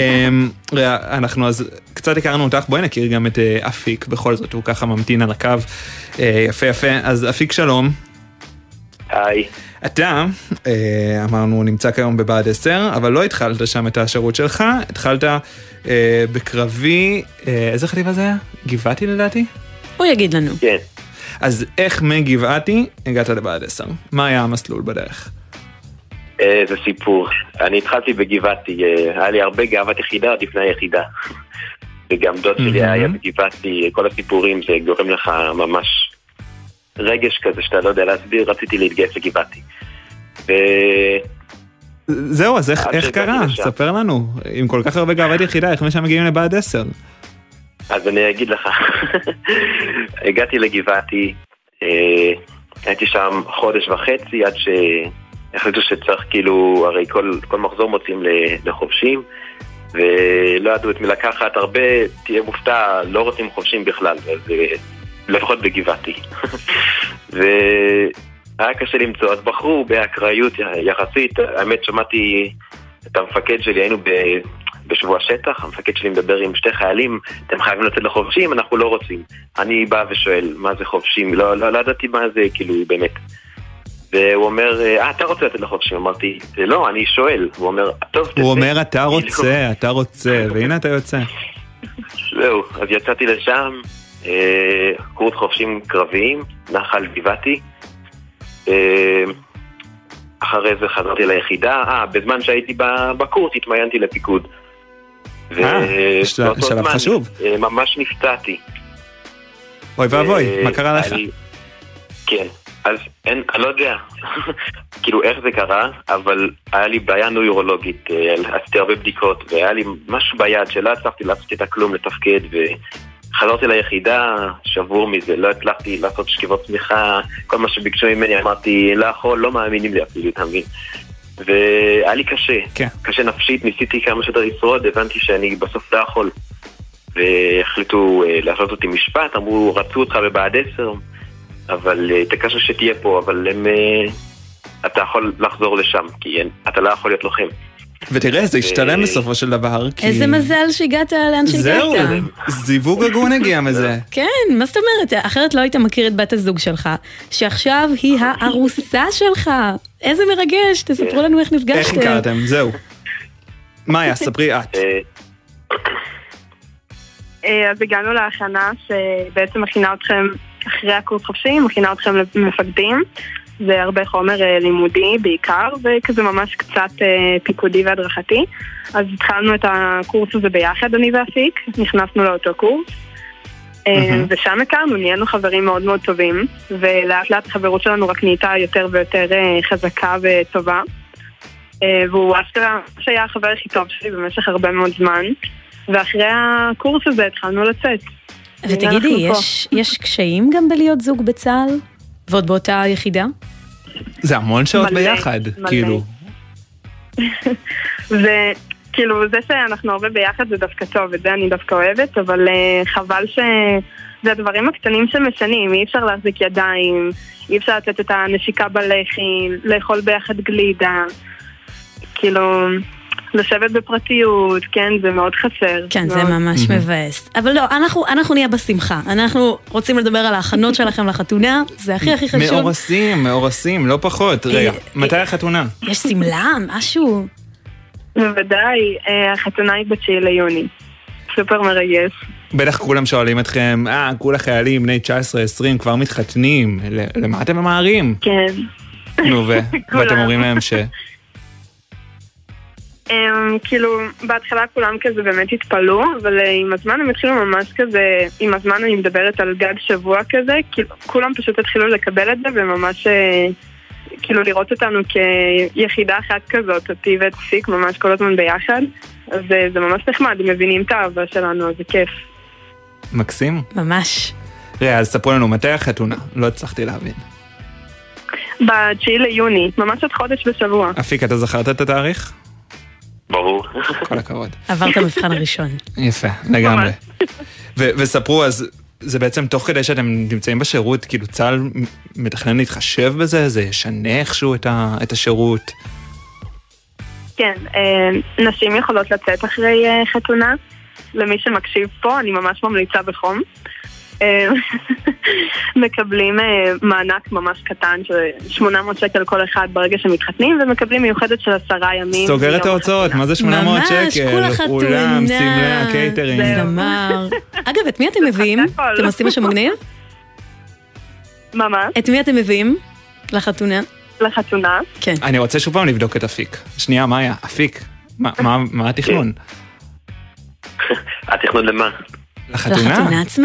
אנחנו אז קצת הכרנו אותך, בואי נכיר גם את אפיק, בכל זאת הוא ככה ממתין על הקו, יפה יפה, אז אפיק שלום. היי. אתה, אמרנו, נמצא כיום בבה"ד עשר, אבל לא התחלת שם את השירות שלך, התחלת בקרבי, איזה חטיבה זה היה? גבעתי לדעתי? הוא יגיד לנו. כן. אז איך מגבעתי הגעת לבה"ד עשר? מה היה המסלול בדרך? זה סיפור. אני התחלתי בגבעתי, היה לי הרבה גאוות יחידה עוד לפני היחידה. וגם דוד שלי היה בגבעתי, כל הסיפורים זה גורם לך ממש רגש כזה שאתה לא יודע להסביר, רציתי להתגייס לגבעתי. זהו, אז איך קרה? ספר לנו. עם כל כך הרבה גאוות יחידה, איך משם מגיעים לבה"ד עשר? אז אני אגיד לך. הגעתי לגבעתי, הייתי שם חודש וחצי, עד שהחליטו שצריך כאילו, הרי כל מחזור מוצאים לחובשים, ולא ידעו את מי לקחת, הרבה, תהיה מופתע, לא רוצים חובשים בכלל, אז לפחות בגבעתי. והיה קשה למצוא, אז בחרו באקראיות יחסית, האמת שמעתי את המפקד שלי, היינו בשבוע שטח, המפקד שלי מדבר עם שתי חיילים, אתם חייבים לצאת לחובשים, אנחנו לא רוצים. אני בא ושואל, מה זה חובשים? לא, לא, לא ידעתי מה זה, כאילו, באמת. והוא אומר, אה, אתה רוצה לתת לחובשים? אמרתי, לא, אני שואל. הוא אומר, טוב, תצא. הוא אומר, אתה רוצה, אתה רוצה, והנה אתה יוצא. זהו, אז יצאתי לשם, קורס חובשים קרביים, נחל גבעתי. אחרי זה חזרתי ליחידה, אה, בזמן שהייתי בקורס התמיינתי לפיקוד. אה, שלב חשוב. ממש נפתעתי. אוי ואבוי, מה קרה לך? כן, אז אין, אני לא יודע כאילו איך זה קרה, אבל היה לי בעיה נוירולוגית, עשיתי הרבה בדיקות, והיה לי משהו ביד שלא הצלחתי לעשות את הכלום לתפקד, וחזרתי ליחידה שבור מזה, לא הצלחתי לעשות שכיבות צמיחה, כל מה שביקשו ממני אמרתי, לא יכול, לא מאמינים לי אפילו, תמיד. והיה לי קשה, כן. קשה נפשית, ניסיתי כמה שיותר לשרוד, הבנתי שאני בסוף לא יכול. והחליטו לעשות אותי משפט, אמרו, רצו אותך בבה"ד עשר, אבל תקשו שתהיה פה, אבל הם, אתה יכול לחזור לשם, כי אתה לא יכול להיות לוחם. ותראה, זה השתלם בסופו של דבר, כי... איזה מזל שהגעת לאן שהגעת. זהו, זיווג הגון הגיע מזה. כן, מה זאת אומרת? אחרת לא היית מכיר את בת הזוג שלך, שעכשיו היא הארוסה שלך. איזה מרגש, תספרו לנו איך נפגשתם. איך הכרתם, זהו. מאיה, ספרי את. אז הגענו להכנה שבעצם מכינה אתכם אחרי הקורס חופשי, מכינה אתכם למפקדים. זה הרבה חומר לימודי בעיקר, וכזה ממש קצת פיקודי והדרכתי. אז התחלנו את הקורס הזה ביחד, אני ואפיק, נכנסנו לאותו קורס, ושם הכרנו, נהיינו חברים מאוד מאוד טובים, ולאט לאט החברות שלנו רק נהייתה יותר ויותר חזקה וטובה. והוא אשכרה שהיה החבר הכי טוב שלי במשך הרבה מאוד זמן, ואחרי הקורס הזה התחלנו לצאת. ותגידי, יש, יש קשיים גם בלהיות זוג בצה"ל? ועוד באותה יחידה? זה המון שעות מלא, ביחד, מלא. כאילו. זה, כאילו, זה שאנחנו הרבה ביחד זה דווקא טוב, את זה אני דווקא אוהבת, אבל uh, חבל שזה הדברים הקטנים שמשנים, אי אפשר להחזיק ידיים, אי אפשר לתת את הנשיקה בלחי, לאכול ביחד גלידה, כאילו... לשבת בפרטיות, כן, זה מאוד חסר. כן, מאוד. זה ממש מבאס. אבל לא, אנחנו, אנחנו נהיה בשמחה. אנחנו רוצים לדבר על ההכנות שלכם לחתונה, זה הכי הכי חשוב. מאורסים, מאורסים, לא פחות. רגע, מתי החתונה? יש סמלה, משהו? בוודאי, החתונה היא בתשיעי ליוני. סופר מרגש. בטח כולם שואלים אתכם, אה, כול החיילים, בני תשע עשרה עשרים, כבר מתחתנים. למה אתם ממהרים? כן. נו, ואתם אומרים להם ש... Um, כאילו, בהתחלה כולם כזה באמת התפלו, אבל uh, עם הזמן הם התחילו ממש כזה, עם הזמן אני מדברת על גג שבוע כזה, כאילו, כולם פשוט התחילו לקבל את זה, וממש, uh, כאילו, לראות אותנו כיחידה אחת כזאת, אותי ואת סיק, ממש כל הזמן ביחד, אז uh, זה ממש נחמד, הם מבינים את האהבה שלנו, זה כיף. מקסים. ממש. ראה, אז ספרו לנו, מתי החתונה? לא הצלחתי להבין. בתשיעי ליוני, ממש עוד חודש בשבוע. אפיק, אתה זכרת את התאריך? ברור. כל הכבוד. עברת מבחן הראשון. יפה, לגמרי. וספרו, אז זה בעצם תוך כדי שאתם נמצאים בשירות, כאילו צה"ל מתכנן להתחשב בזה? זה ישנה איכשהו את השירות? כן, נשים יכולות לצאת אחרי חתונה. למי שמקשיב פה, אני ממש ממליצה בחום. מקבלים מענק ממש קטן של שמונה מאות שקל כל אחד ברגע שמתחתנים, ומקבלים מיוחדת של עשרה ימים. סוגר את ההוצאות, מה זה שמונה מאות שקל? אולם, סמלה, קייטרינג. זמר. אגב, את מי אתם מביאים? אתם עושים משהו מגניב? מה מה? את מי אתם מביאים לחתונה? לחתונה? כן. אני רוצה שוב פעם לבדוק את אפיק. שנייה, מאיה, אפיק, מה התכנון? התכנון למה? לחתונה? לחתונה עצמה.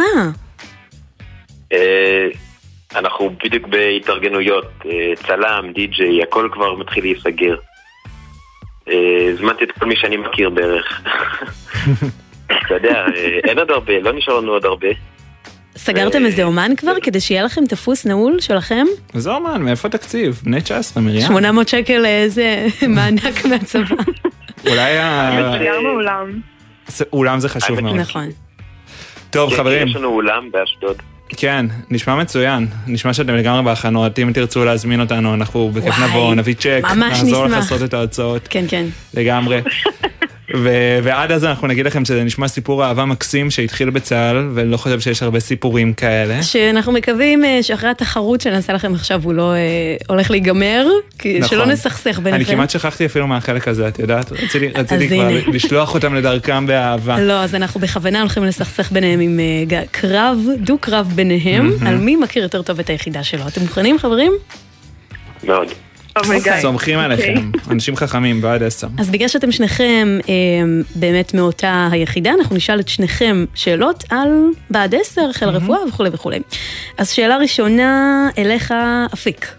אנחנו בדיוק בהתארגנויות, צלם, די-ג'יי, הכל כבר מתחיל להיסגר. הזמנתי את כל מי שאני מכיר בערך. אתה יודע, אין עוד הרבה, לא נשאר לנו עוד הרבה. סגרתם איזה אומן כבר כדי שיהיה לכם תפוס נעול שלכם? איזה אומן, מאיפה תקציב? בני תשע עשרה, מרים. שמונה מאות שקל איזה מענק מהצבא. אולי ה... סגרנו אולם. אולם זה חשוב מאוד. נכון. טוב, חברים. יש לנו אולם באשדוד. כן, נשמע מצוין. נשמע שאתם לגמרי בהכנות. אם תרצו להזמין אותנו, אנחנו בכיף נבוא, נביא צ'ק, נעזור לך לעשות את ההוצאות. כן, כן. לגמרי. ו- ועד אז אנחנו נגיד לכם שזה נשמע סיפור אהבה מקסים שהתחיל בצה"ל, ולא חושב שיש הרבה סיפורים כאלה. שאנחנו מקווים שאחרי התחרות שנעשה לכם עכשיו הוא לא אה, הולך להיגמר, כי נכון. שלא נסכסך ביניכם. אני כמעט שכחתי אפילו מהחלק הזה, את יודעת? רציתי, רציתי כבר הנה. לשלוח אותם לדרכם באהבה. לא, אז אנחנו בכוונה הולכים לסכסך ביניהם עם uh, קרב, דו קרב ביניהם, mm-hmm. על מי מכיר יותר טוב את היחידה שלו. אתם מוכנים, חברים? מאוד. סומכים עליכם, אנשים חכמים בעד עשר. אז בגלל שאתם שניכם באמת מאותה היחידה, אנחנו נשאל את שניכם שאלות על בעד עשר, חיל רפואה וכו' וכו'. אז שאלה ראשונה אליך, אפיק.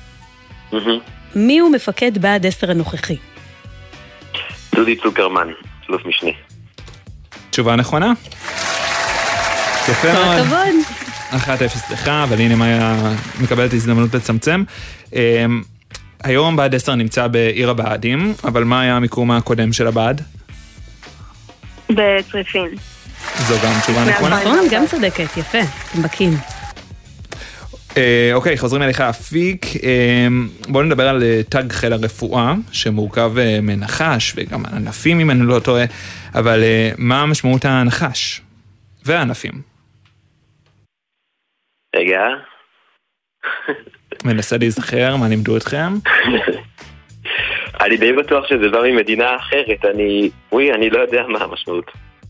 מי הוא מפקד בעד עשר הנוכחי? דודי צוקרמן, שלוף משנה. תשובה נכונה? יפה מאוד. כל הכבוד. אחת אפס לך, אבל הנה מאיה מקבלת הזדמנות לצמצם. היום בעד עשר נמצא בעיר הבה"דים, אבל מה היה המיקום הקודם של הבה"ד? בצריפין. זו גם תשובה נכונה. נכון, גם צודקת, יפה, אתם בקים. אוקיי, חוזרים אליך אפיק. בואו נדבר על תג חיל הרפואה, שמורכב מנחש וגם ענפים אם אני לא טועה, אבל מה משמעות הנחש והענפים? רגע. מנסה להיזכר, מה לימדו אתכם? אני די בטוח שזה בא ממדינה אחרת, אני... וואי, אני לא יודע מה המשמעות.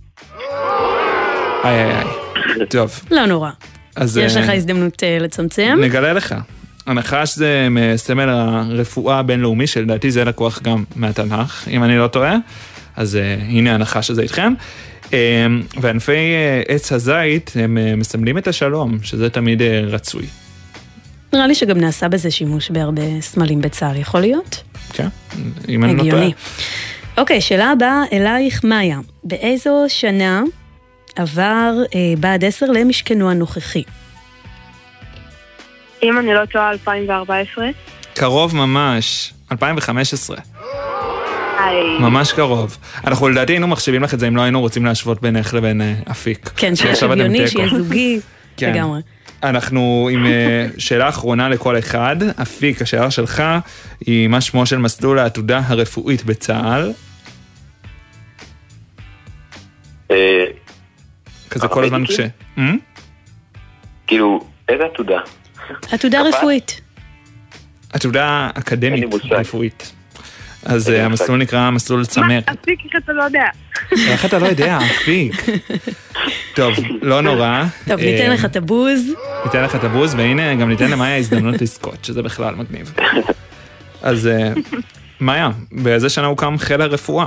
איי איי איי, טוב. לא נורא. יש לך הזדמנות לצמצם? נגלה לך. הנחש זה מסמל הרפואה הבינלאומי, שלדעתי זה לקוח גם מהתנ"ך, אם אני לא טועה. אז הנה הנחש הזה איתכם. וענפי עץ הזית הם מסמלים את השלום, שזה תמיד רצוי. נראה לי שגם נעשה בזה שימוש בהרבה סמלים בצה"ל, יכול להיות? כן, אם אני לא טועה. אוקיי, שאלה הבאה אלייך מאיה. באיזו שנה עבר בעד עשר למשכנו הנוכחי? אם אני לא טועה, אלפיים וארבע עשרה. קרוב ממש, אלפיים וחמש עשרה. ממש קרוב. אנחנו לדעתי היינו מחשבים לך את זה אם לא היינו רוצים להשוות בינך לבין אפיק. כן, שיהיה שוויוני, שיהיה זוגי, לגמרי. אנחנו עם שאלה אחרונה לכל אחד. אפיק, השאלה שלך היא מה שמו של מסלול העתודה הרפואית בצה"ל? כזה כל הזמן כש... כאילו, איזה עתודה? עתודה רפואית. עתודה אקדמית רפואית. אז המסלול נקרא מסלול צמרת. מה, אפיק, איך אתה לא יודע? איך אתה לא יודע, אפיק. טוב, לא נורא. טוב, ניתן לך את הבוז. ניתן לך את הבוז, והנה גם ניתן למאיה הזדמנות לזכות, שזה בכלל מגניב. אז מאיה, באיזה שנה הוקם חיל הרפואה?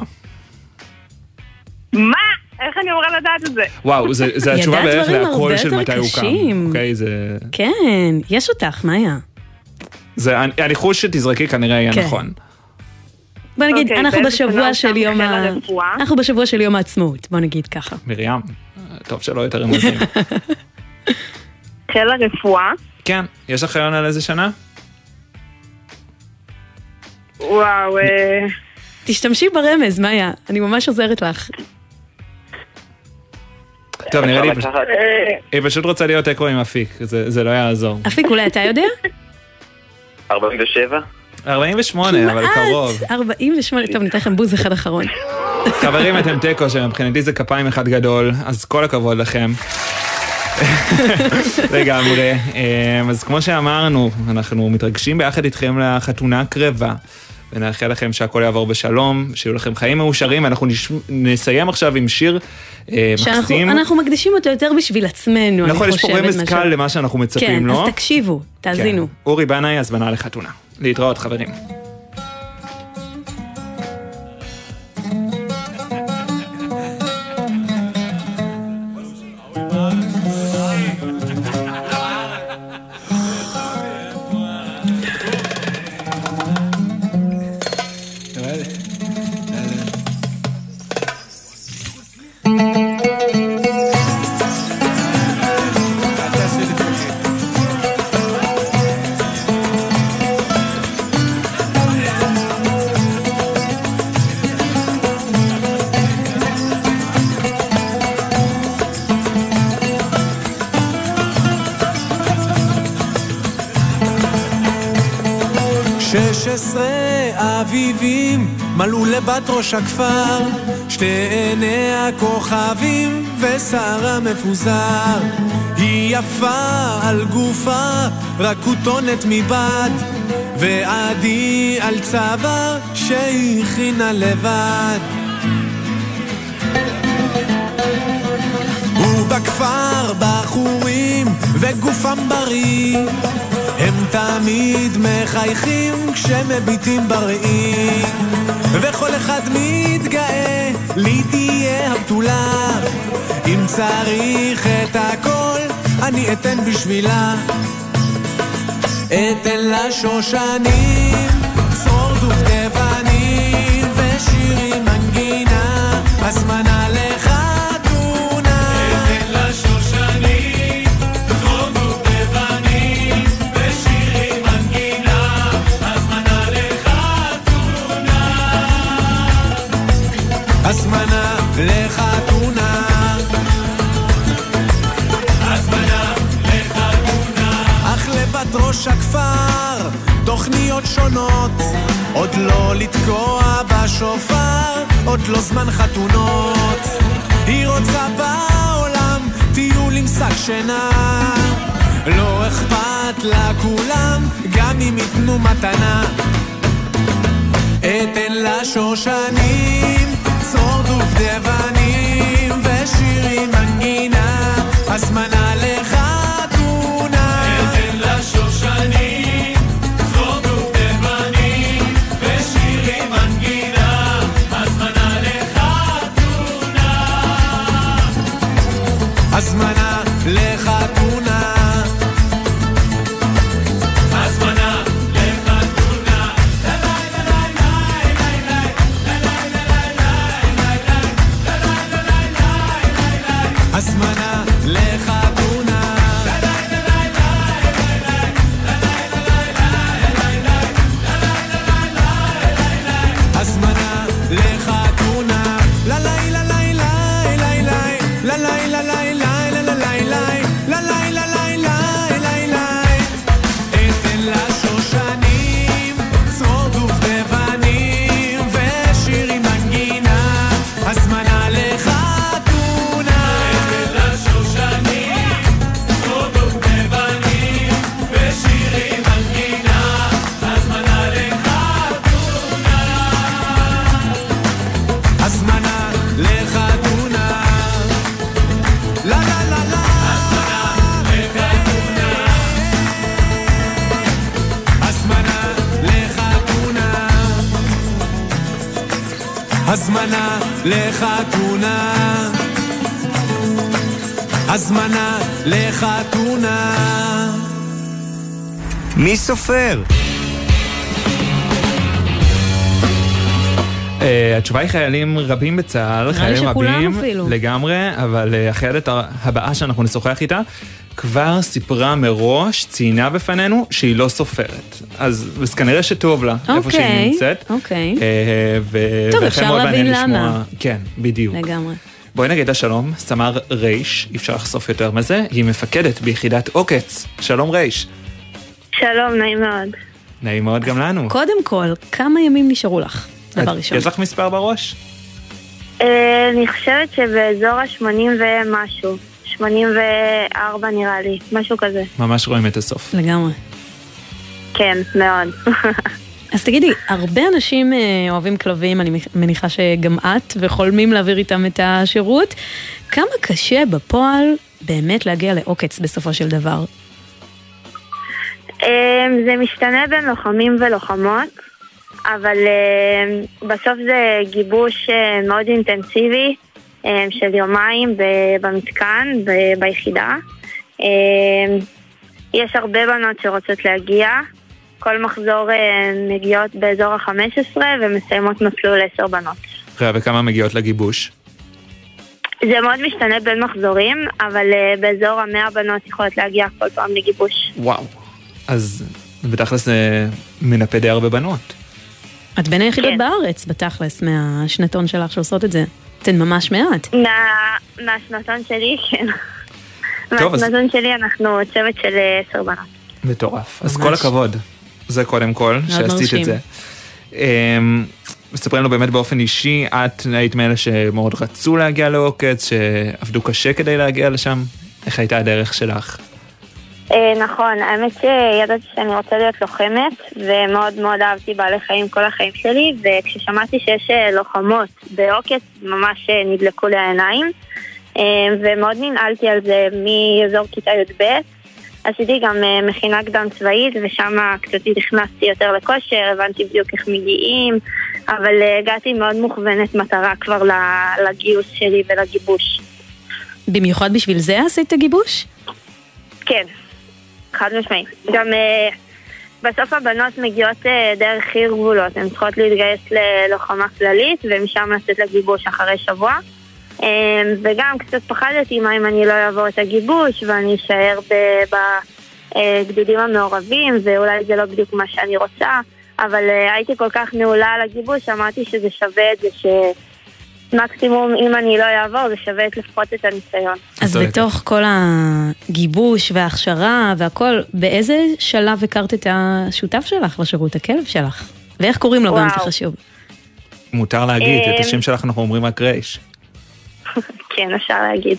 מה? איך אני אמורה לדעת את זה? וואו, זה התשובה בערך להכל של מתי הוקם. אוקיי, זה... כן, יש אותך, מאיה. אני חוש שתזרקי כנראה יהיה נכון. בוא נגיד, אנחנו בשבוע של יום ה... אנחנו בשבוע של יום העצמאות, בוא נגיד ככה. מרים, טוב שלא יותר רמזים. חיל הרפואה? כן, יש לך רעיון על איזה שנה? וואו, תשתמשי ברמז, מאיה, אני ממש עוזרת לך. טוב, נראה לי, היא פשוט רוצה להיות אקו עם אפיק, זה לא יעזור. אפיק, אולי אתה יודע? ארבעים ושבע? ארבעים ושמונה, אבל קרוב. ארבעים ושמונה, טוב, ניתן לכם בוז אחד אחרון. חברים, אתם טקו, שמבחינתי זה כפיים אחד גדול, אז כל הכבוד לכם. לגמרי. אז כמו שאמרנו, אנחנו מתרגשים ביחד איתכם לחתונה הקרבה, ונאחל לכם שהכל יעבור בשלום, שיהיו לכם חיים מאושרים, אנחנו נסיים עכשיו עם שיר מקסים. אנחנו מקדישים אותו יותר בשביל עצמנו, אני חושבת. יש פה רמז קל למה שאנחנו מצפים, לא? כן, אז תקשיבו, תאזינו. אורי בנאי, הזמנה לחתונה. להתראות, חברים. עשרה אביבים מלאו לבת ראש הכפר, שתי עיני הכוכבים ושרה מפוזר. היא יפה על גופה, רק כותונת מבד, ועדי על צוואר שהכינה לבד. ובכפר בחורים וגופם בריא, הם תמיד מחייכים כשמביטים בראי, וכל אחד מתגאה לי תהיה הבתולה, אם צריך את הכל אני אתן בשבילה. אתן לה שושנים, צרור דובדבנים ושירים מנגינה, הזמנה לחתונה. אתן לה שושנים, צרור דובדבנים ושירים מנגינה, הזמנה לחתונה. הזמנה לחתונה. לבת ראש הכפר תוכניות שונות, עוד לא לתקוע בשופר, עוד לא זמן חתונות. היא רוצה בעולם טיול עם שק שינה, לא אכפת לה כולם גם אם יתנו מתנה. אתן לה שושנים, צרור דובדבנים ושירים מנגינה, הזמנה לך שושנים, צרור דובדבנים ושירים מנגינה, הזמנה לחתונה. הזמנה לחתונה. הזמנה לחתונה. הזמנה לחתונה. הזמנה לחתונה. לה לה לה לה לה לה לה לה לה לה לה לה לה לה לה לה לה. אתן לה שושנים, צרור דובדבנים ושירים מנגינה, הזמנה לחתונה. אתן לה שושנים, צרור דובדבנים ושירים מנגינה, הזמנה לחתונה. הזמנה לחתונה. לה לה לה לה. הזמנה לחתונה. הזמנה לחתונה. הזמנה לחתונה. מי סופר? התשובה היא חיילים רבים בצה"ל, חיילים רבים לגמרי, אבל החיילת הבאה שאנחנו נשוחח איתה כבר סיפרה מראש, ציינה בפנינו שהיא לא סופרת. אז כנראה שטוב לה איפה שהיא נמצאת. אוקיי. טוב, אפשר להבין למה. כן, בדיוק. לגמרי. בואי נגיד השלום, סמ"ר רייש, אי אפשר לחשוף יותר מזה, היא מפקדת ביחידת עוקץ. שלום רייש. שלום, נעים מאוד. נעים מאוד גם לנו. קודם כל, כמה ימים נשארו לך? דבר ראשון. יש לך מספר בראש? אני חושבת שבאזור ה-שמונים ומשהו. שמונים וארבע נראה לי, משהו כזה. ממש רואים את הסוף. לגמרי. כן, מאוד. אז תגידי, הרבה אנשים אוהבים כלבים, אני מניחה שגם את, וחולמים להעביר איתם את השירות. כמה קשה בפועל באמת להגיע לעוקץ בסופו של דבר? זה משתנה בין לוחמים ולוחמות, אבל בסוף זה גיבוש מאוד אינטנסיבי של יומיים במתקן, ביחידה. יש הרבה בנות שרוצות להגיע, כל מחזור מגיעות באזור ה-חמש עשרה ומסיימות מסלול עשר בנות. וכמה מגיעות לגיבוש? זה מאוד משתנה בין מחזורים, אבל באזור ה-מאה בנות יכולות להגיע כל פעם לגיבוש. וואו, אז בתכלס זה מנפה די הרבה בנות. את בין היחידות בארץ, בתכלס, מהשנתון שלך שעושות את זה. אתן ממש מעט. מהשנתון שלי, כן. מהשנתון שלי אנחנו צוות של עשר בנות. מטורף. אז כל הכבוד. זה קודם כל, שעשית את זה. מספרים לו באמת באופן אישי, את היית מאלה שמאוד רצו להגיע לעוקץ, שעבדו קשה כדי להגיע לשם. איך הייתה הדרך שלך? נכון, האמת שידעתי שאני רוצה להיות לוחמת, ומאוד מאוד אהבתי בעלי חיים כל החיים שלי, וכששמעתי שיש לוחמות בעוקץ, ממש נדלקו לי העיניים, ומאוד ננעלתי על זה מאזור כיתה י"ב. עשיתי גם מכינה קדם צבאית, ושם קצת נכנסתי יותר לכושר, הבנתי בדיוק איך מגיעים, אבל הגעתי מאוד מוכוונת מטרה כבר לגיוס שלי ולגיבוש. במיוחד בשביל זה עשית גיבוש? כן, חד משמעי. גם uh, בסוף הבנות מגיעות uh, דרך חיר גבולות, הן צריכות להתגייס ללוחמה כללית, ומשם לצאת לגיבוש אחרי שבוע. Um, וגם קצת פחדתי מה אם אני לא אעבור את הגיבוש, ואני אשאר בגדודים המעורבים, ואולי זה לא בדיוק מה שאני רוצה, אבל uh, הייתי כל כך נעולה על הגיבוש, אמרתי שזה שווה את זה ש... מקסימום, אם אני לא אעבור, זה שווה לפחות את הניסיון. אז בתוך כל הגיבוש וההכשרה והכל, באיזה שלב הכרת את השותף שלך לשירות, הכלב שלך? ואיך קוראים לו גם, זה חשוב? מותר להגיד, את השם שלך אנחנו אומרים רק רייש. כן, אפשר להגיד.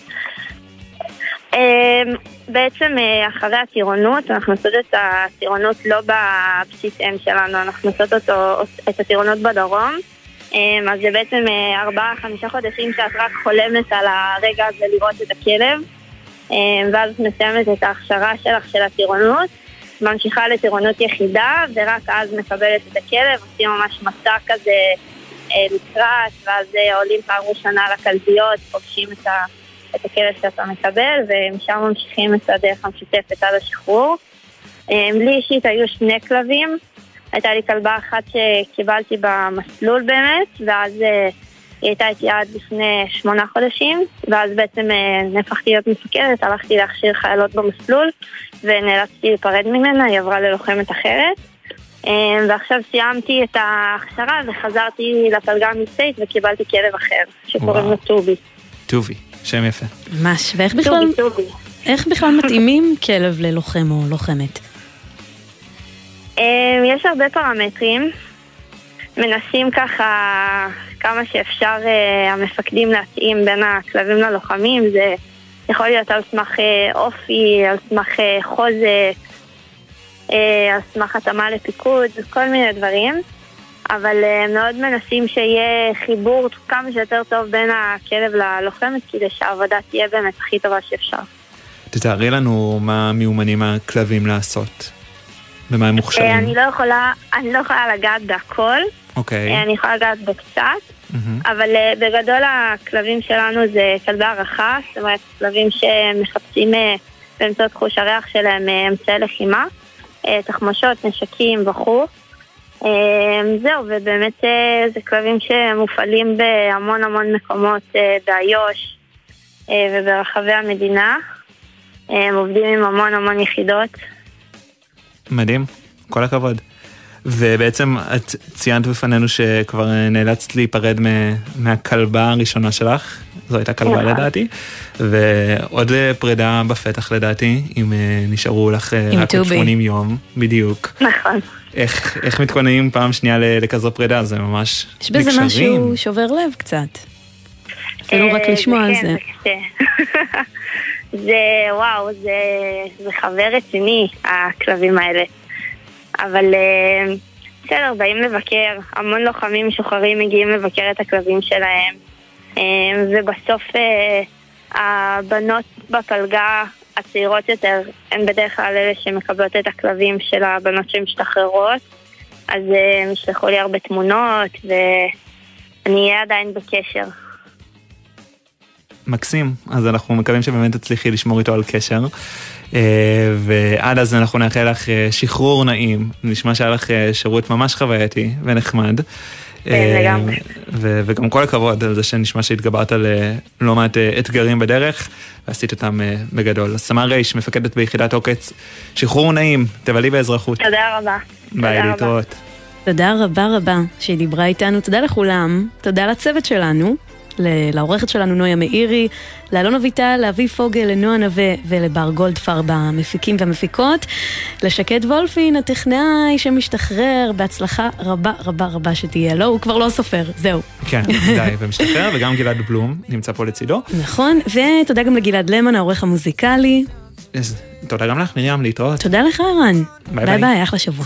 בעצם אחרי הטירונות, אנחנו עושות את הטירונות לא בבסיס אם שלנו, אנחנו עושות את הטירונות בדרום, אז זה בעצם ארבעה, חמישה חודשים שאת רק חולמת על הרגע הזה לראות את הכלב, ואז את מסיימת את ההכשרה שלך של הטירונות, ממשיכה לטירונות יחידה, ורק אז מקבלת את הכלב, עושים ממש מסע כזה לקראת, ואז עולים פעם ראשונה לכלביות, פוגשים את, ה, את הכלב שאתה מקבל, ומשם ממשיכים את הדרך המשותפת עד השחרור. לי אישית היו שני כלבים, הייתה לי כלבה אחת שקיבלתי במסלול באמת, ואז היא הייתה איתי עד לפני שמונה חודשים, ואז בעצם נהפכתי להיות מפקדת, הלכתי להכשיר חיילות במסלול, ונאלצתי להיפרד ממנה, היא עברה ללוחמת אחרת, ועכשיו סיימתי את ההכשרה וחזרתי לפלגה המבצעית וקיבלתי כלב אחר, שקוראים לו טובי. טובי, שם יפה. ממש, ואיך בכלל, איך בכלל מתאימים כלב ללוחם או לוחמת? יש הרבה פרמטרים, מנסים ככה כמה שאפשר המפקדים להתאים בין הכלבים ללוחמים, זה יכול להיות על סמך אופי, על סמך חוזק, על סמך התאמה לפיקוד, כל מיני דברים, אבל מאוד מנסים שיהיה חיבור כמה שיותר טוב בין הכלב ללוחמת, כדי שהעבודה תהיה באמת הכי טובה שאפשר. תתארי לנו מה מיומנים הכלבים לעשות. במה הם מוכשרים? אני לא יכולה, אני לא יכולה לגעת בהכל. אוקיי. אני יכולה לגעת בקצת, אבל בגדול הכלבים שלנו זה כלבי הערכה, זאת אומרת, כלבים שמחפשים באמצעות חוש הריח שלהם אמצעי לחימה, תחמושות, נשקים וכו'. זהו, ובאמת זה כלבים שמופעלים בהמון המון מקומות באיו"ש וברחבי המדינה. הם עובדים עם המון המון יחידות. מדהים, כל הכבוד. ובעצם את ציינת בפנינו שכבר נאלצת להיפרד מהכלבה הראשונה שלך, זו הייתה כלבה לדעתי, ועוד פרידה בפתח לדעתי, אם נשארו לך רק שמונים יום, בדיוק. נכון. איך, איך מתכוננים פעם שנייה לכזו פרידה? זה ממש נקשרים. יש בזה משהו שובר לב קצת. אפילו רק לשמוע על זה. זה, וואו, זה, זה חבר רציני, הכלבים האלה. אבל בסדר, באים לבקר, המון לוחמים משוחררים מגיעים לבקר את הכלבים שלהם, ובסוף הבנות בפלגה הצעירות יותר, הן בדרך כלל אלה שמקבלות את הכלבים של הבנות שמשתחררות, אז הם ישלחו לי הרבה תמונות, ואני אהיה עדיין בקשר. מקסים, אז אנחנו מקווים שבאמת תצליחי לשמור איתו על קשר, ועד אז אנחנו נאחל לך שחרור נעים, נשמע שהיה לך שירות ממש חווייתי ונחמד, וגם כל הכבוד על זה שנשמע שהתגברת על לא מעט אתגרים בדרך, ועשית אותם בגדול. סמ"ר רייש, מפקדת ביחידת עוקץ, שחרור נעים, תבלי באזרחות. תודה רבה. ביי, להתראות. תודה רבה רבה שהיא דיברה איתנו, תודה לכולם, תודה לצוות שלנו, לעורכת שלנו נויה מאירי, לאלון אביטל, לאבי פוגל, לנועה נווה ולבר גולדפר במפיקים והמפיקות, לשקד וולפין, הטכנאי שמשתחרר, בהצלחה רבה רבה רבה שתהיה לו, הוא כבר לא סופר, זהו. כן, די, ומשתחרר, וגם גלעד בלום נמצא פה לצידו. נכון, ותודה גם לגלעד למן, העורך המוזיקלי. תודה גם לך, מרים, להתראות. תודה לך, ערן. ביי ביי ביי, אחלה שבוע.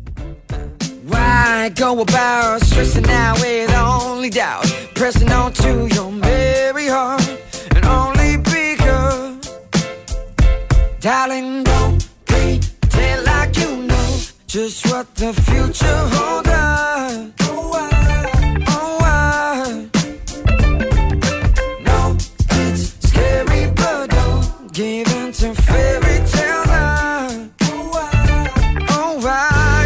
Why go about stressing out with only doubt, pressing on to your very heart, and only because, darling, don't pretend like you know just what the future holds. Oh, why, oh, why? No, it's scary, but don't give in to fairy tales. Oh, why, oh, why?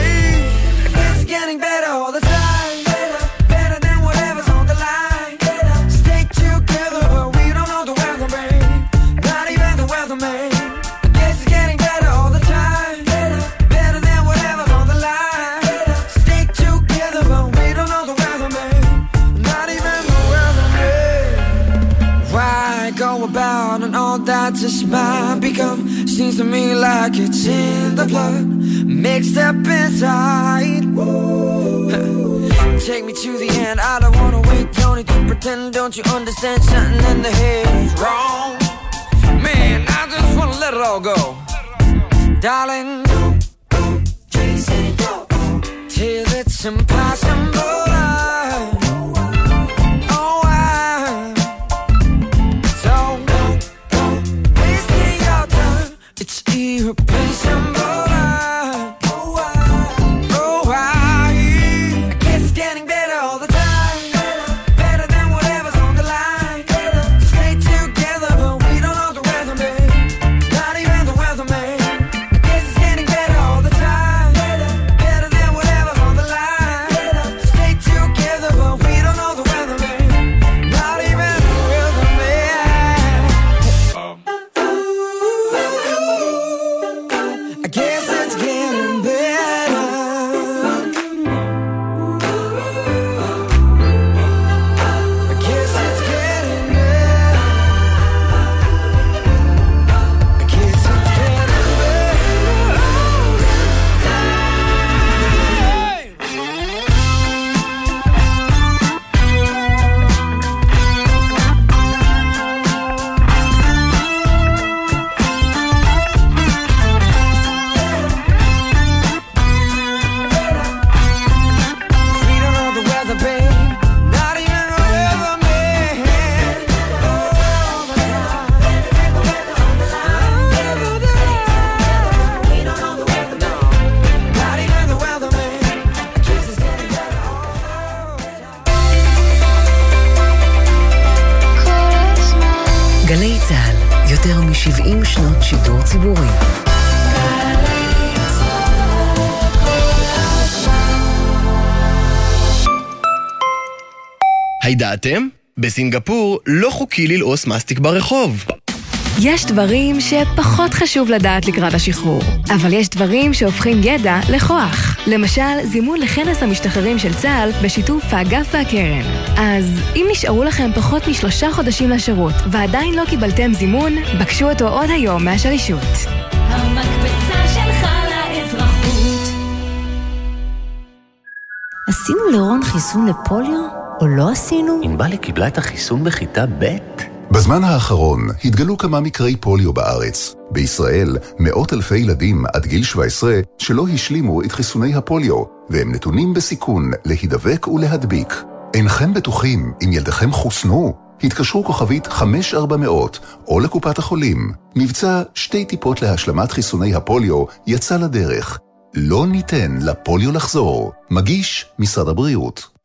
That just might become, seems to me like it's in the blood, mixed up inside. Take me to the end, I don't wanna wait, don't need to pretend, don't you understand, something in the head is wrong. Man, I just wanna let it all go. Darling, don't go chasing it, go till it's impossible. It's irreplaceable. Oh, why? Oh, why? I guess it's getting better all the time. Better, better than whatever's on the line. Better to stay together, but we don't know the weather, man. Not even the weather, man. I guess it's getting better all the time. Better, better than whatever's on the line. Better to stay together, but we don't know the weather, man. Not even the weather, man. Um. I guess it's getting better. I guess it's getting better. I guess it's getting גלי צהל, יותר מ-שבעים שנות שידור ציבורי. הידעתם? בסינגפור לא חוקי ללעוס מסטיק ברחוב. יש דברים שפחות חשוב לדעת לקראת השחרור, אבל יש דברים שהופכים ידע לכוח. למשל, זימון לכנס המשתחררים של צה"ל בשיתוף האגף והקרן. אז אם נשארו לכם פחות משלושה חודשים לשירות ועדיין לא קיבלתם זימון, בקשו אותו עוד היום מהשלישות. המקבצה שלך לאזרחות. עשינו לרון חיסון לפוליו או לא עשינו? ענבל קיבלה את החיסון בכיתה ב'. בזמן האחרון התגלו כמה מקרי פוליו בארץ. בישראל, מאות אלפי ילדים עד גיל שבע עשרה שלא השלימו את חיסוני הפוליו, והם נתונים בסיכון להידבק ולהדביק. אינכם בטוחים אם ילדיכם חוסנו? התקשרו כוכבית חמש ארבע מאות או לקופת החולים. מבצע שתי טיפות להשלמת חיסוני הפוליו יצא לדרך. לא ניתן לפוליו לחזור. מגיש משרד הבריאות.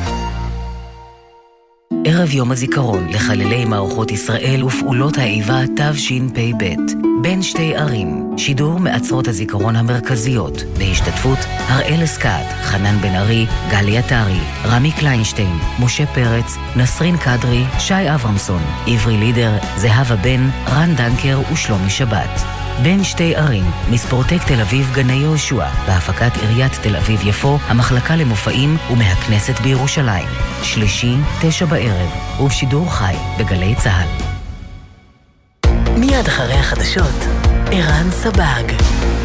ערב יום הזיכרון לחללי מערכות ישראל ופעולות האיבה תשפ"ב. בין שתי ערים, שידור מעצרות הזיכרון המרכזיות, בהשתתפות הראל אסקת, חנן בן ארי, גלי עטרי, רמי קליינשטיין, משה פרץ, נסרין קדרי, שי אברמסון, עברי לידר, זהבה בן, רן דנקר ושלומי שבת. בין שתי ערים, מספורטק תל אביב גני יהושע, בהפקת עיריית תל אביב יפו, המחלקה למופעים ומהכנסת בירושלים. שלישי, תשע בערב, ובשידור חי בגלי צהל. מיד אחרי החדשות, ערן סבג.